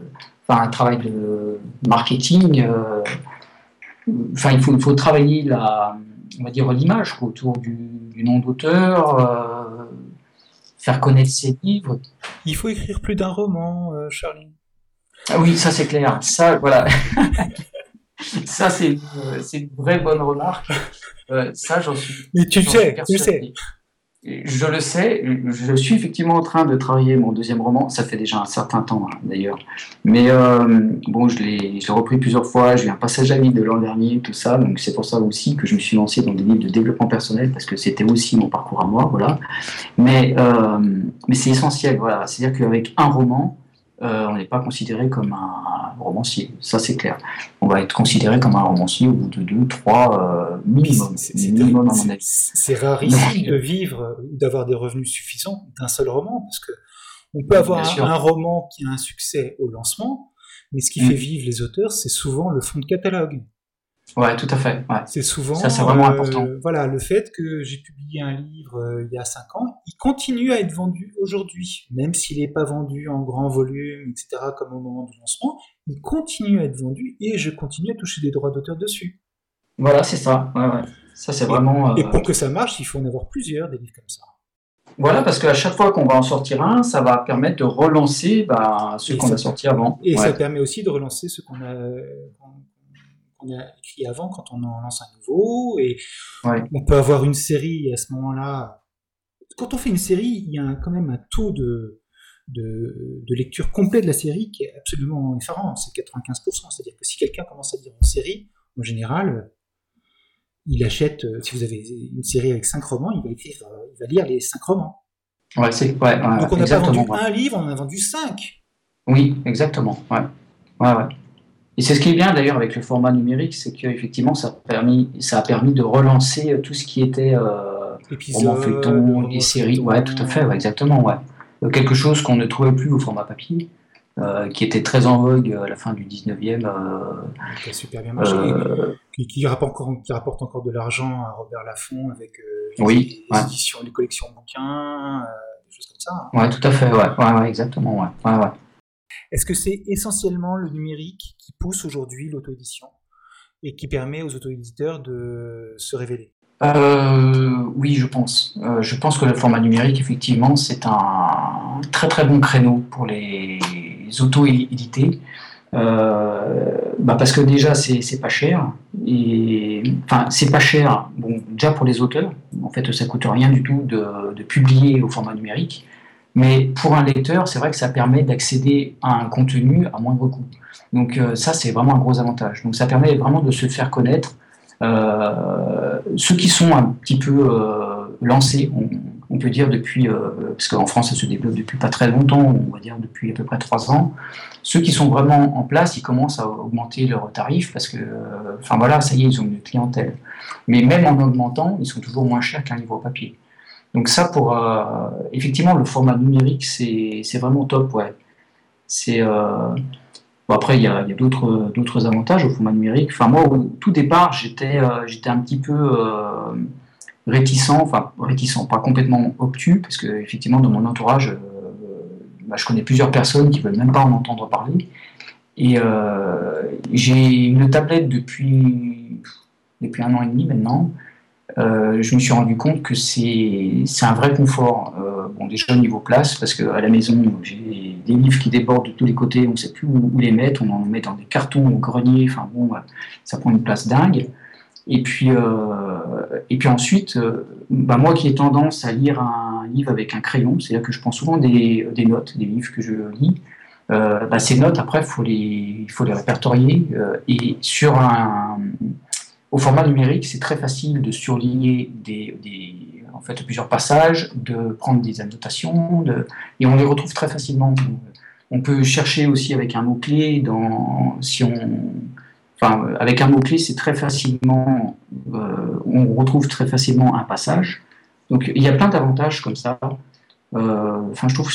marketing. Il faut travailler on va dire l'image autour du nom d'auteur, faire connaître ses livres. Il faut écrire plus d'un roman, Charlie. Ah oui, ça c'est clair. Ça, voilà. Ça c'est une vraie bonne remarque. Ça, j'en suis. Mais tu le sais. Je le sais, je suis effectivement en train de travailler mon deuxième roman, ça fait déjà un certain temps d'ailleurs, mais je l'ai repris plusieurs fois, j'ai eu un passage à vide de l'an dernier, tout ça, donc c'est pour ça aussi que je me suis lancé dans des livres de développement personnel, parce que c'était aussi mon parcours à moi, voilà, mais c'est essentiel, voilà, c'est-à-dire qu'avec un roman, on n'est pas considéré comme romancier, ça c'est clair. On va être considéré comme un romancier au bout de 2, 3 minimum. Minimum, à mon avis. C'est rarissime de vivre ou d'avoir des revenus suffisants d'un seul roman, parce que on peut avoir un roman qui a un succès au lancement, mais ce qui fait vivre les auteurs, c'est souvent le fond de catalogue. Ouais, tout à fait. Ouais. C'est souvent ça, c'est vraiment important. Voilà, le fait que j'ai publié un livre il y a 5 ans, il continue à être vendu aujourd'hui, même s'il n'est pas vendu en grand volume, etc., comme au moment du lancement, il continue à être vendu et je continue à toucher des droits d'auteur dessus. Voilà, c'est ça. Ouais. Ça, c'est vraiment. Et pour que ça marche, il faut en avoir plusieurs, des livres comme ça. Voilà, parce qu'à chaque fois qu'on va en sortir un, ça va permettre de relancer ceux qu'on a sortis avant. Et ça permet aussi de relancer ceux qu'on a écrit avant quand on en lance un nouveau. Et on peut avoir une série à ce moment-là. Quand on fait une série, il y a quand même un taux de lecture complet de la série qui est absolument effarant. C'est 95%. C'est-à-dire que si quelqu'un commence à lire une série, en général, il achète, si vous avez une série avec 5 romans, il va lire les 5 romans. Donc on n'a pas vendu un livre, on en a vendu 5. Oui, exactement. Ouais. Et c'est ce qui est bien d'ailleurs avec le format numérique, c'est qu'effectivement ça a permis de relancer tout ce qui était roman feuilleton, les séries. Ouais, tout à fait, exactement. Ouais. Quelque chose qu'on ne trouvait plus au format papier. Qui était très en vogue à la fin du 19e. Qui a super bien marché. Qui rapporte encore de l'argent à Robert Laffont avec les éditions, les collections de bouquins, des choses comme ça. Ouais, tout à fait, ouais, exactement, ouais. Est-ce que c'est essentiellement le numérique qui pousse aujourd'hui l'auto-édition et qui permet aux auto-éditeurs de se révéler ? Oui, je pense. Je pense que le format numérique, effectivement, c'est un très très bon créneau pour les auto-édités. Parce que déjà, c'est pas cher. C'est pas cher, déjà pour les auteurs. En fait, ça coûte rien du tout de publier au format numérique. Mais pour un lecteur, c'est vrai que ça permet d'accéder à un contenu à moindre coût. Donc ça, c'est vraiment un gros avantage. Donc ça permet vraiment de se faire connaître. Ceux qui sont un petit peu lancés, on peut dire depuis, parce qu'en France ça se développe depuis pas très longtemps, on va dire depuis à peu près 3 ans, ceux qui sont vraiment en place, ils commencent à augmenter leurs tarifs parce que, ça y est, ils ont une clientèle. Mais même en augmentant, ils sont toujours moins chers qu'un livre papier. Donc ça, pour effectivement, le format numérique, c'est vraiment top, ouais. C'est après, il y a d'autres avantages au format numérique. Moi, au tout départ, j'étais un petit peu réticent, pas complètement obtus, parce que effectivement, dans mon entourage, je connais plusieurs personnes qui veulent même pas en entendre parler. Et j'ai une tablette depuis 1 an et demi maintenant. Je me suis rendu compte que c'est un vrai confort. Déjà au niveau place, parce qu'à la maison, j'ai des livres qui débordent de tous les côtés, on ne sait plus où les mettre, on en met dans des cartons au grenier, ça prend une place dingue. Et puis ensuite, moi qui ai tendance à lire un livre avec un crayon, c'est-à-dire que je prends souvent des notes, des livres que je lis, ces notes, après, il faut les répertorier, et au format numérique, c'est très facile de surligner plusieurs passages, de prendre des annotations, et on les retrouve très facilement. On peut chercher aussi avec un mot-clé, avec un mot-clé, c'est très facilement, on retrouve très facilement un passage. Donc il y a plein d'avantages comme ça. Je trouve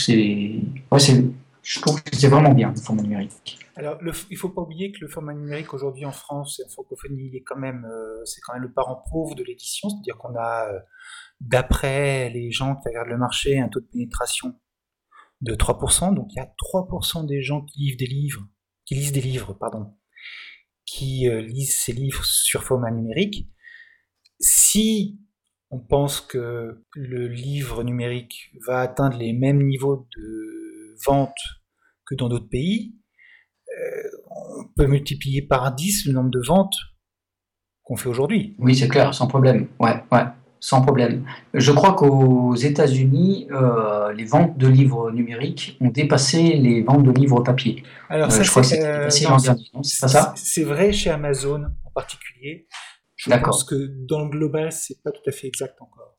que c'est vraiment bien, le format numérique. Alors, il ne faut pas oublier que le format numérique aujourd'hui en France et en francophonie, c'est quand même le parent pauvre de l'édition, c'est-à-dire qu'on a, d'après les gens qui regardent le marché, un taux de pénétration de 3%, donc il y a 3% des gens qui lisent des livres, qui lisent ces livres sur format numérique. Si on pense que le livre numérique va atteindre les mêmes niveaux de vente que dans d'autres pays, on peut multiplier par 10 le nombre de ventes qu'on fait aujourd'hui. Oui, c'est clair, sans problème. Ouais, sans problème. Je crois qu'aux États-Unis, les ventes de livres numériques ont dépassé les ventes de livres papier. Alors ça, je crois que c'était dépassé l'an dernier, non ? C'est pas ça ? C'est vrai chez Amazon en particulier. Je pense que dans le global, c'est pas tout à fait exact encore.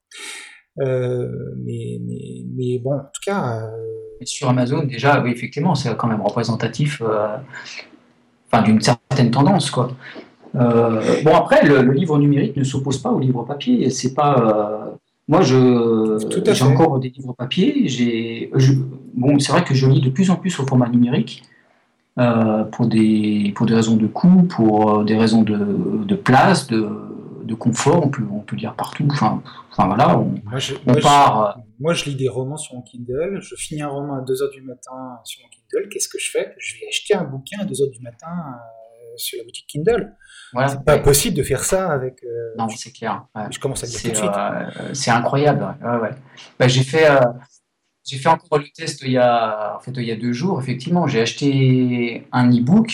Mais bon, en tout cas. Sur Amazon, déjà, oui, effectivement, c'est quand même représentatif. enfin, d'une certaine tendance, quoi. Bon, après, le livre numérique ne s'oppose pas au livre papier. C'est pas. Moi, Tout à j'ai fait. encore des livres papier. Bon, c'est vrai que je lis de plus en plus au format numérique pour des raisons de coût, pour des raisons de place, de confort. On peut lire partout. Enfin voilà, Moi, je, on moi, je, part. moi, je lis des romans sur mon Kindle. Je finis un roman à 2 heures du matin sur mon Kindle. Qu'est-ce que je fais? Je vais acheter un bouquin à 2 heures du matin sur la boutique Kindle. Voilà, C'est pas ouais. possible de faire ça avec. Non, c'est clair. Ouais. Je commence à lire tout C'est de suite. c'est incroyable. Ouais, ouais, ouais. Bah, j'ai fait encore le test il y a 2 jours. Effectivement, j'ai acheté un e-book.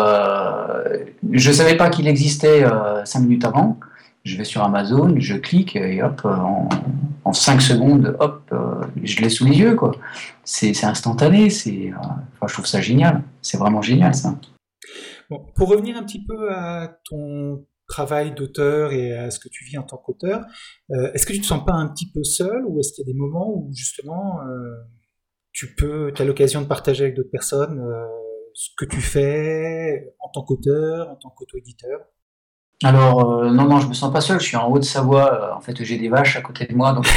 Je ne savais pas qu'il existait 5 minutes avant. Je vais sur Amazon, je clique et hop, en 5 secondes, hop, je l'ai sous les yeux, quoi. C'est instantané. Enfin, je trouve ça génial. C'est vraiment génial, ça. Bon, pour revenir un petit peu à ton travail d'auteur et à ce que tu vis en tant qu'auteur, est-ce que tu te sens pas un petit peu seul ou est-ce qu'il y a des moments où justement tu as l'occasion de partager avec d'autres personnes ce que tu fais en tant qu'auteur, en tant qu'auto-éditeur? Alors, non, non, je me sens pas seul. Je suis en Haute-Savoie. En fait, j'ai des vaches à côté de moi, donc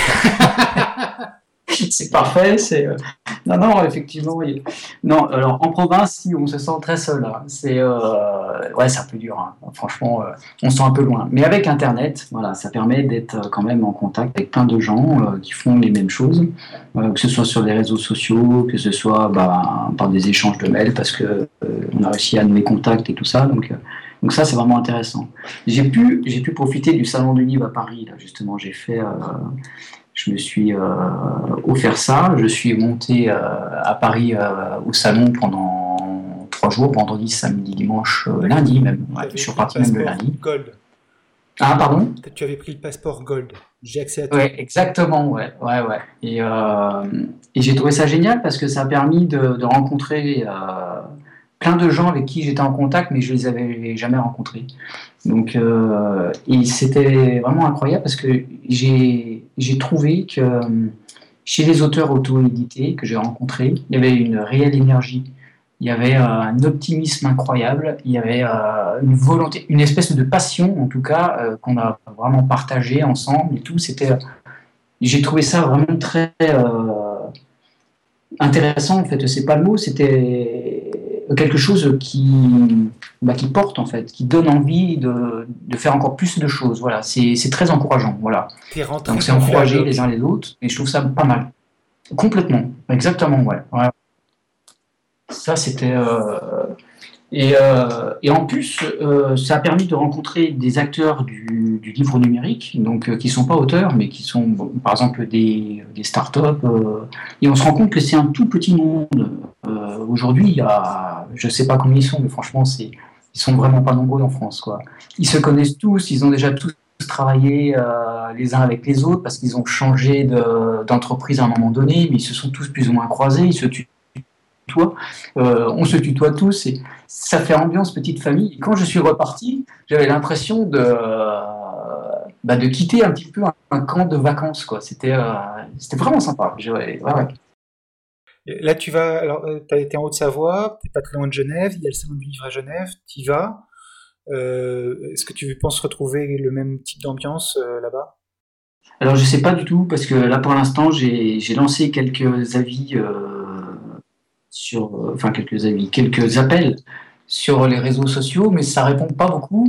c'est parfait. Non, non, effectivement. Non, alors en province, si, on se sent très seul, hein. Ouais, c'est un peu dur, hein. Franchement, on se sent un peu loin. Mais avec Internet, voilà, ça permet d'être quand même en contact avec plein de gens qui font les mêmes choses, que ce soit sur les réseaux sociaux, que ce soit par des échanges de mails, parce que on a réussi à nouer contact et tout ça. Donc ça, c'est vraiment intéressant. J'ai pu profiter du Salon du Livre à Paris, là, justement. Je me suis offert ça. Je suis monté à Paris au salon pendant 3 jours, vendredi, samedi, dimanche, lundi même. Tu Ouais, je avais suis pris le reparti même le passeport lundi. Gold. Ah, pardon? Tu avais pris le passeport Gold. J'ai accès à tout. Ouais, exactement, ouais, ouais, ouais. Et j'ai trouvé ça génial parce que ça a permis de rencontrer plein de gens avec qui j'étais en contact, mais je les avais jamais rencontrés. Donc, et c'était vraiment incroyable parce que j'ai trouvé que chez les auteurs auto-édités que j'ai rencontrés, il y avait une réelle énergie. Il y avait un optimisme incroyable, il y avait une volonté, une espèce de passion en tout cas qu'on a vraiment partagé ensemble et tout. J'ai trouvé ça vraiment très intéressant en fait. C'est pas le mot, c'était quelque chose qui porte en fait, qui donne envie de faire encore plus de choses. Voilà, c'est très encourageant. Voilà. T'es rentré Donc c'est dans le encourager les dialogue. uns les autres et je trouve ça pas mal. Complètement, exactement, ouais. Ouais. Ça c'était et en plus, ça a permis de rencontrer des acteurs du livre numérique, donc qui sont pas auteurs, mais qui sont, bon, par exemple, des startups. Et on se rend compte que c'est un tout petit monde. Aujourd'hui, je sais pas combien ils sont, mais franchement, ils sont vraiment pas nombreux en France, quoi. Ils se connaissent tous, ils ont déjà tous travaillé les uns avec les autres parce qu'ils ont changé d'entreprise à un moment donné, mais ils se sont tous plus ou moins croisés, ils se tutoient, on se tutoie tous et ça fait ambiance petite famille. Et quand je suis reparti, j'avais l'impression de quitter un petit peu un camp de vacances, quoi. C'était vraiment sympa. Ouais, ouais. Là, tu vas. Alors, tu as été en Haute-Savoie, t'es pas très loin de Genève, il y a le salon du livre à Genève, tu y vas. Est-ce que tu penses retrouver le même type d'ambiance là-bas? Alors je sais pas du tout parce que là pour l'instant j'ai lancé quelques avis quelques appels sur les réseaux sociaux, mais ça répond pas beaucoup.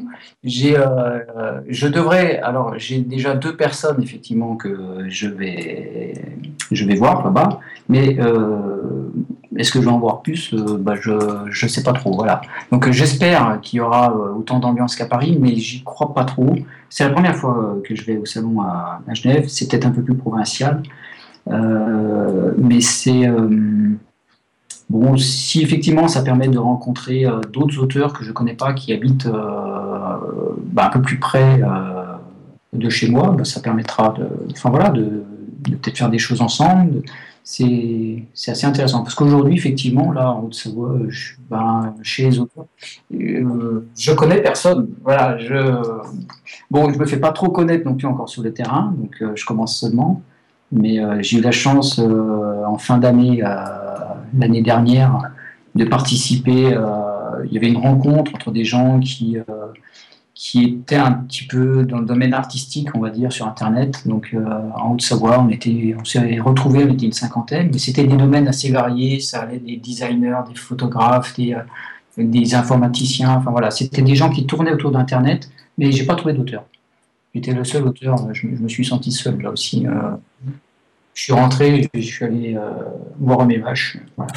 J'ai déjà 2 personnes effectivement que je vais voir là-bas, mais est-ce que je vais en voir plus? Je sais pas trop. Voilà. Donc j'espère qu'il y aura autant d'ambiance qu'à Paris, mais j'y crois pas trop. C'est la première fois que je vais au salon à Genève. C'est peut-être un peu plus provincial, mais c'est bon, si effectivement ça permet de rencontrer d'autres auteurs que je connais pas qui habitent un peu plus près de chez moi, ça permettra enfin voilà, de peut-être faire des choses ensemble. C'est assez intéressant parce qu'aujourd'hui effectivement là en Haute-Savoie, chez les auteurs, je connais personne. Voilà, bon, je me fais pas trop connaître non plus encore sur le terrain, donc je commence seulement. Mais j'ai eu la chance en fin d'année, l'année dernière, de participer. il y avait une rencontre entre des gens qui étaient un petit peu dans le domaine artistique, on va dire, sur Internet. Donc en Haute-Savoie, on s'est retrouvés, on était une cinquantaine, mais c'était des domaines assez variés. Ça allait des designers, des photographes, des informaticiens. Enfin voilà, c'était des gens qui tournaient autour d'Internet, mais j'ai pas trouvé d'auteur. J'étais le seul auteur. Je me suis senti seul là aussi. Je suis rentré, je suis allé voir mes vaches. Voilà.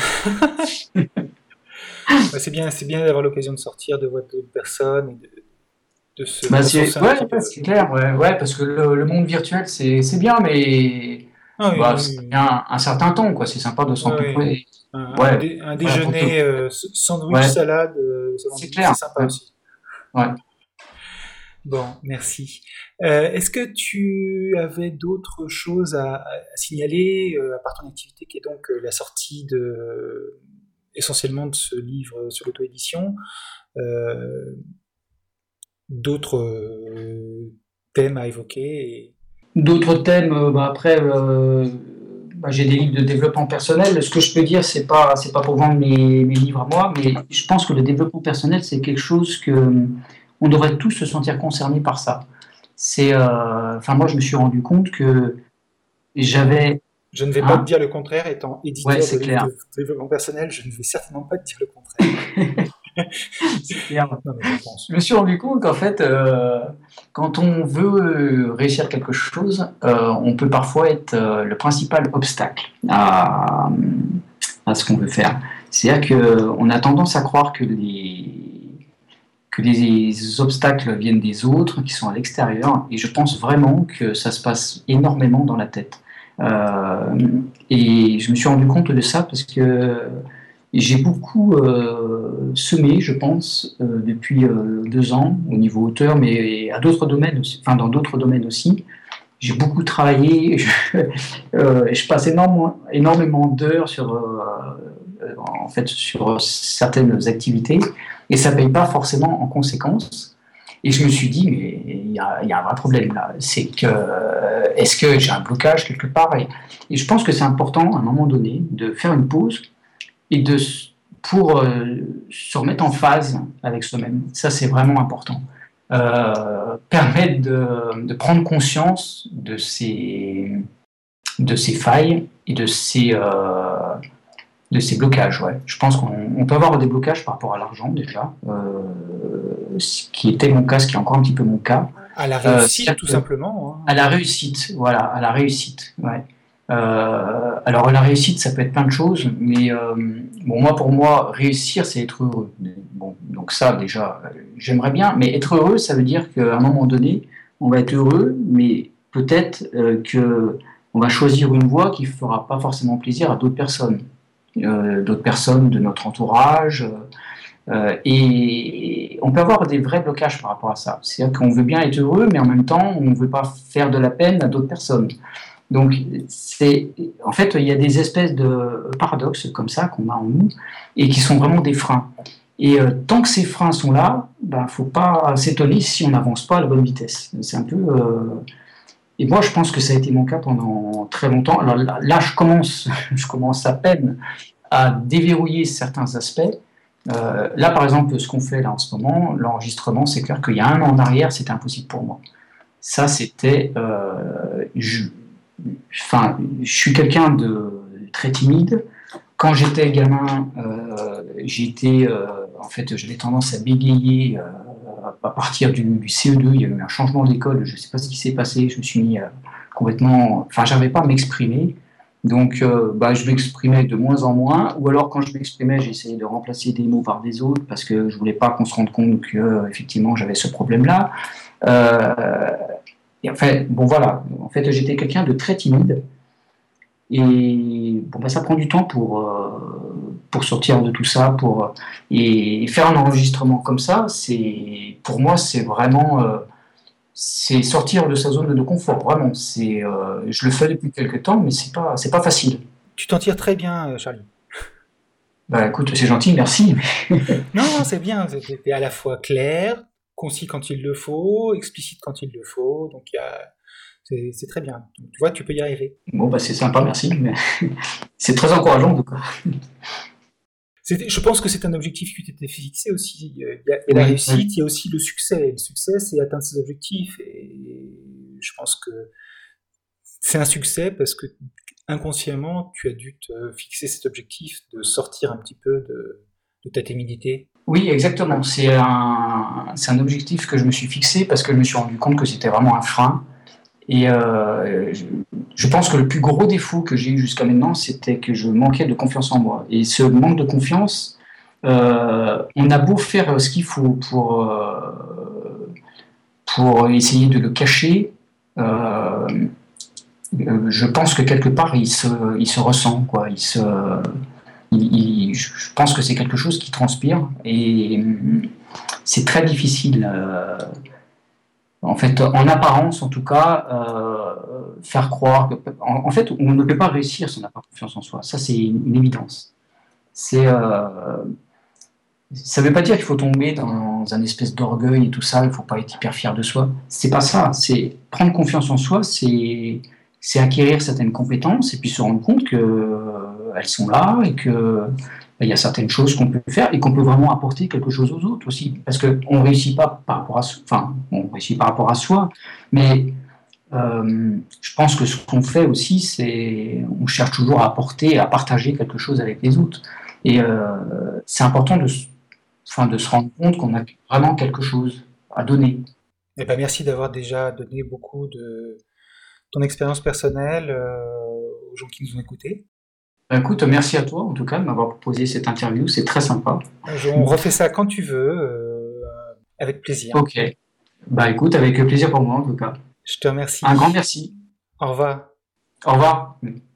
C'est bien d'avoir l'occasion de sortir, de voir d'autres personnes et de se ressourcer un Ouais, petit peu. c'est clair, ouais, parce que le monde virtuel, c'est bien, mais Ah oui, ça oui, vient un certain temps, quoi. C'est sympa de oui, oui. s'entourer. Un Ouais, voilà, pour déjeuner, sandwich, ouais, salade, selon c'est midi, c'est clair. sympa Ouais, aussi. ouais. Bon, merci. Est-ce que tu avais d'autres choses à signaler, à part ton activité qui est donc la sortie essentiellement de ce livre sur l'auto-édition, euh, d'autres thèmes à évoquer D'autres thèmes, après, j'ai des livres de développement personnel. Ce que je peux dire, c'est pas pour vendre mes livres à moi, mais je pense que le développement personnel, c'est quelque chose que on devrait tous se sentir concernés par ça. Enfin, moi, je me suis rendu compte que j'avais, Je ne vais pas te hein, dire le contraire, étant ouais, éditeur de c'est livres clair. de développement personnel, je ne vais certainement pas te dire le contraire. C'est clair. Non, mais je pense. Je me suis rendu compte qu'en fait, quand on veut réussir quelque chose, on peut parfois être le principal obstacle à ce qu'on veut faire. C'est-à-dire qu'on a tendance à croire que les obstacles viennent des autres, qui sont à l'extérieur, et je pense vraiment que ça se passe énormément dans la tête. Euh, et je me suis rendu compte de ça parce que j'ai beaucoup semé, je pense, depuis 2 ans au niveau auteur, mais à d'autres domaines, enfin dans d'autres domaines aussi. J'ai beaucoup travaillé, je passe énormément d'heures en fait, sur certaines activités, et ça ne paye pas forcément en conséquence. Et je me suis dit, mais il y a un vrai problème là. C'est que, est-ce que j'ai un blocage quelque part et je pense que c'est important, à un moment donné, de faire une pause et pour se remettre en phase avec soi-même. Ça, c'est vraiment important. Permettre de prendre conscience de ses failles et de ces blocages. Ouais. Je pense qu'on peut avoir des blocages par rapport à l'argent déjà, ce qui était mon cas, ce qui est encore un petit peu mon cas. À la réussite, tout simplement. À la réussite, voilà, à la réussite. Ouais. Alors la réussite, ça peut être plein de choses, mais bon, pour moi, réussir, c'est être heureux. Bon, donc ça, déjà, j'aimerais bien, mais être heureux, ça veut dire qu'à un moment donné, on va être heureux, mais peut-être que on va choisir une voie qui fera pas forcément plaisir à d'autres personnes de notre entourage. Et on peut avoir des vrais blocages par rapport à ça. C'est-à-dire qu'on veut bien être heureux, mais en même temps, on ne veut pas faire de la peine à d'autres personnes. Donc, en fait, il y a des espèces de paradoxes comme ça qu'on a en nous et qui sont vraiment des freins. Et tant que ces freins sont là, faut pas s'étonner si on n'avance pas à la bonne vitesse. C'est un peu. Et moi, je pense que ça a été mon cas pendant très longtemps. Alors là, je commence à peine à déverrouiller certains aspects. Là, par exemple, ce qu'on fait là en ce moment, l'enregistrement, c'est clair qu'il y a 1 an en arrière, c'était impossible pour moi. Ça, c'était. Je suis quelqu'un de très timide. Quand j'étais gamin, en fait, j'avais tendance à bégayer à partir du CE2. Il y a eu un changement d'école, je ne sais pas ce qui s'est passé. Je me suis mis complètement. Enfin, j'arrivais pas à m'exprimer. Donc, je m'exprimais de moins en moins, ou alors quand je m'exprimais, j'essayais de remplacer des mots par des autres parce que je voulais pas qu'on se rende compte que effectivement j'avais ce problème-là. Et en fait, bon voilà, en fait j'étais quelqu'un de très timide et bon ça prend du temps pour sortir de tout ça, et faire un enregistrement comme ça, pour moi c'est vraiment c'est sortir de sa zone de confort, vraiment. Je le fais depuis quelques temps, mais c'est pas facile. Tu t'en tires très bien, Charlie. Écoute, c'est gentil, merci. Non, non, c'est bien. T'es à la fois clair, concis quand il le faut, explicite quand il le faut. Donc, c'est très bien. Donc, tu vois, tu peux y arriver. Bon, c'est sympa, merci. Mais c'est très encourageant, en tout cas. Je pense que c'est un objectif qui t'était fixé aussi. Il y a la Oui, réussite, il y a aussi le succès. Et le succès, c'est atteindre ses objectifs. Et je pense que c'est un succès parce que inconsciemment, tu as dû te fixer cet objectif de sortir un petit peu de ta timidité. oui, exactement. C'est un objectif que je me suis fixé parce que je me suis rendu compte que c'était vraiment un frein. Et je pense que le plus gros défaut que j'ai eu jusqu'à maintenant, c'était que je manquais de confiance en moi. Et ce manque de confiance, on a beau faire ce qu'il faut pour essayer de le cacher, je pense que quelque part, il se ressent, quoi. Je pense que c'est quelque chose qui transpire et c'est très difficile. En fait, en apparence, en tout cas, faire croire que, en fait, on ne peut pas réussir si on n'a pas confiance en soi. Ça, c'est une évidence. C'est, ça ne veut pas dire qu'il faut tomber dans un espèce d'orgueil et tout ça. Il ne faut pas être hyper fier de soi. C'est pas ça. C'est prendre confiance en soi. C'est acquérir certaines compétences et puis se rendre compte que elles sont là et que il y a certaines choses qu'on peut faire et qu'on peut vraiment apporter quelque chose aux autres aussi. Parce qu'on ne réussit pas par rapport à soi, enfin, on réussit par rapport à soi, mais je pense que ce qu'on fait aussi, c'est on cherche toujours à apporter, à partager quelque chose avec les autres. Et c'est important de se rendre compte qu'on a vraiment quelque chose à donner. Eh ben, merci d'avoir déjà donné beaucoup de ton expérience personnelle aux gens qui nous ont écoutés. Ben, écoute, merci à toi en tout cas de m'avoir proposé cette interview, c'est très sympa. On refait ça quand tu veux, avec plaisir. Ok, bah écoute, avec plaisir pour moi en tout cas. Je te remercie. Un grand merci. Au revoir. Au revoir.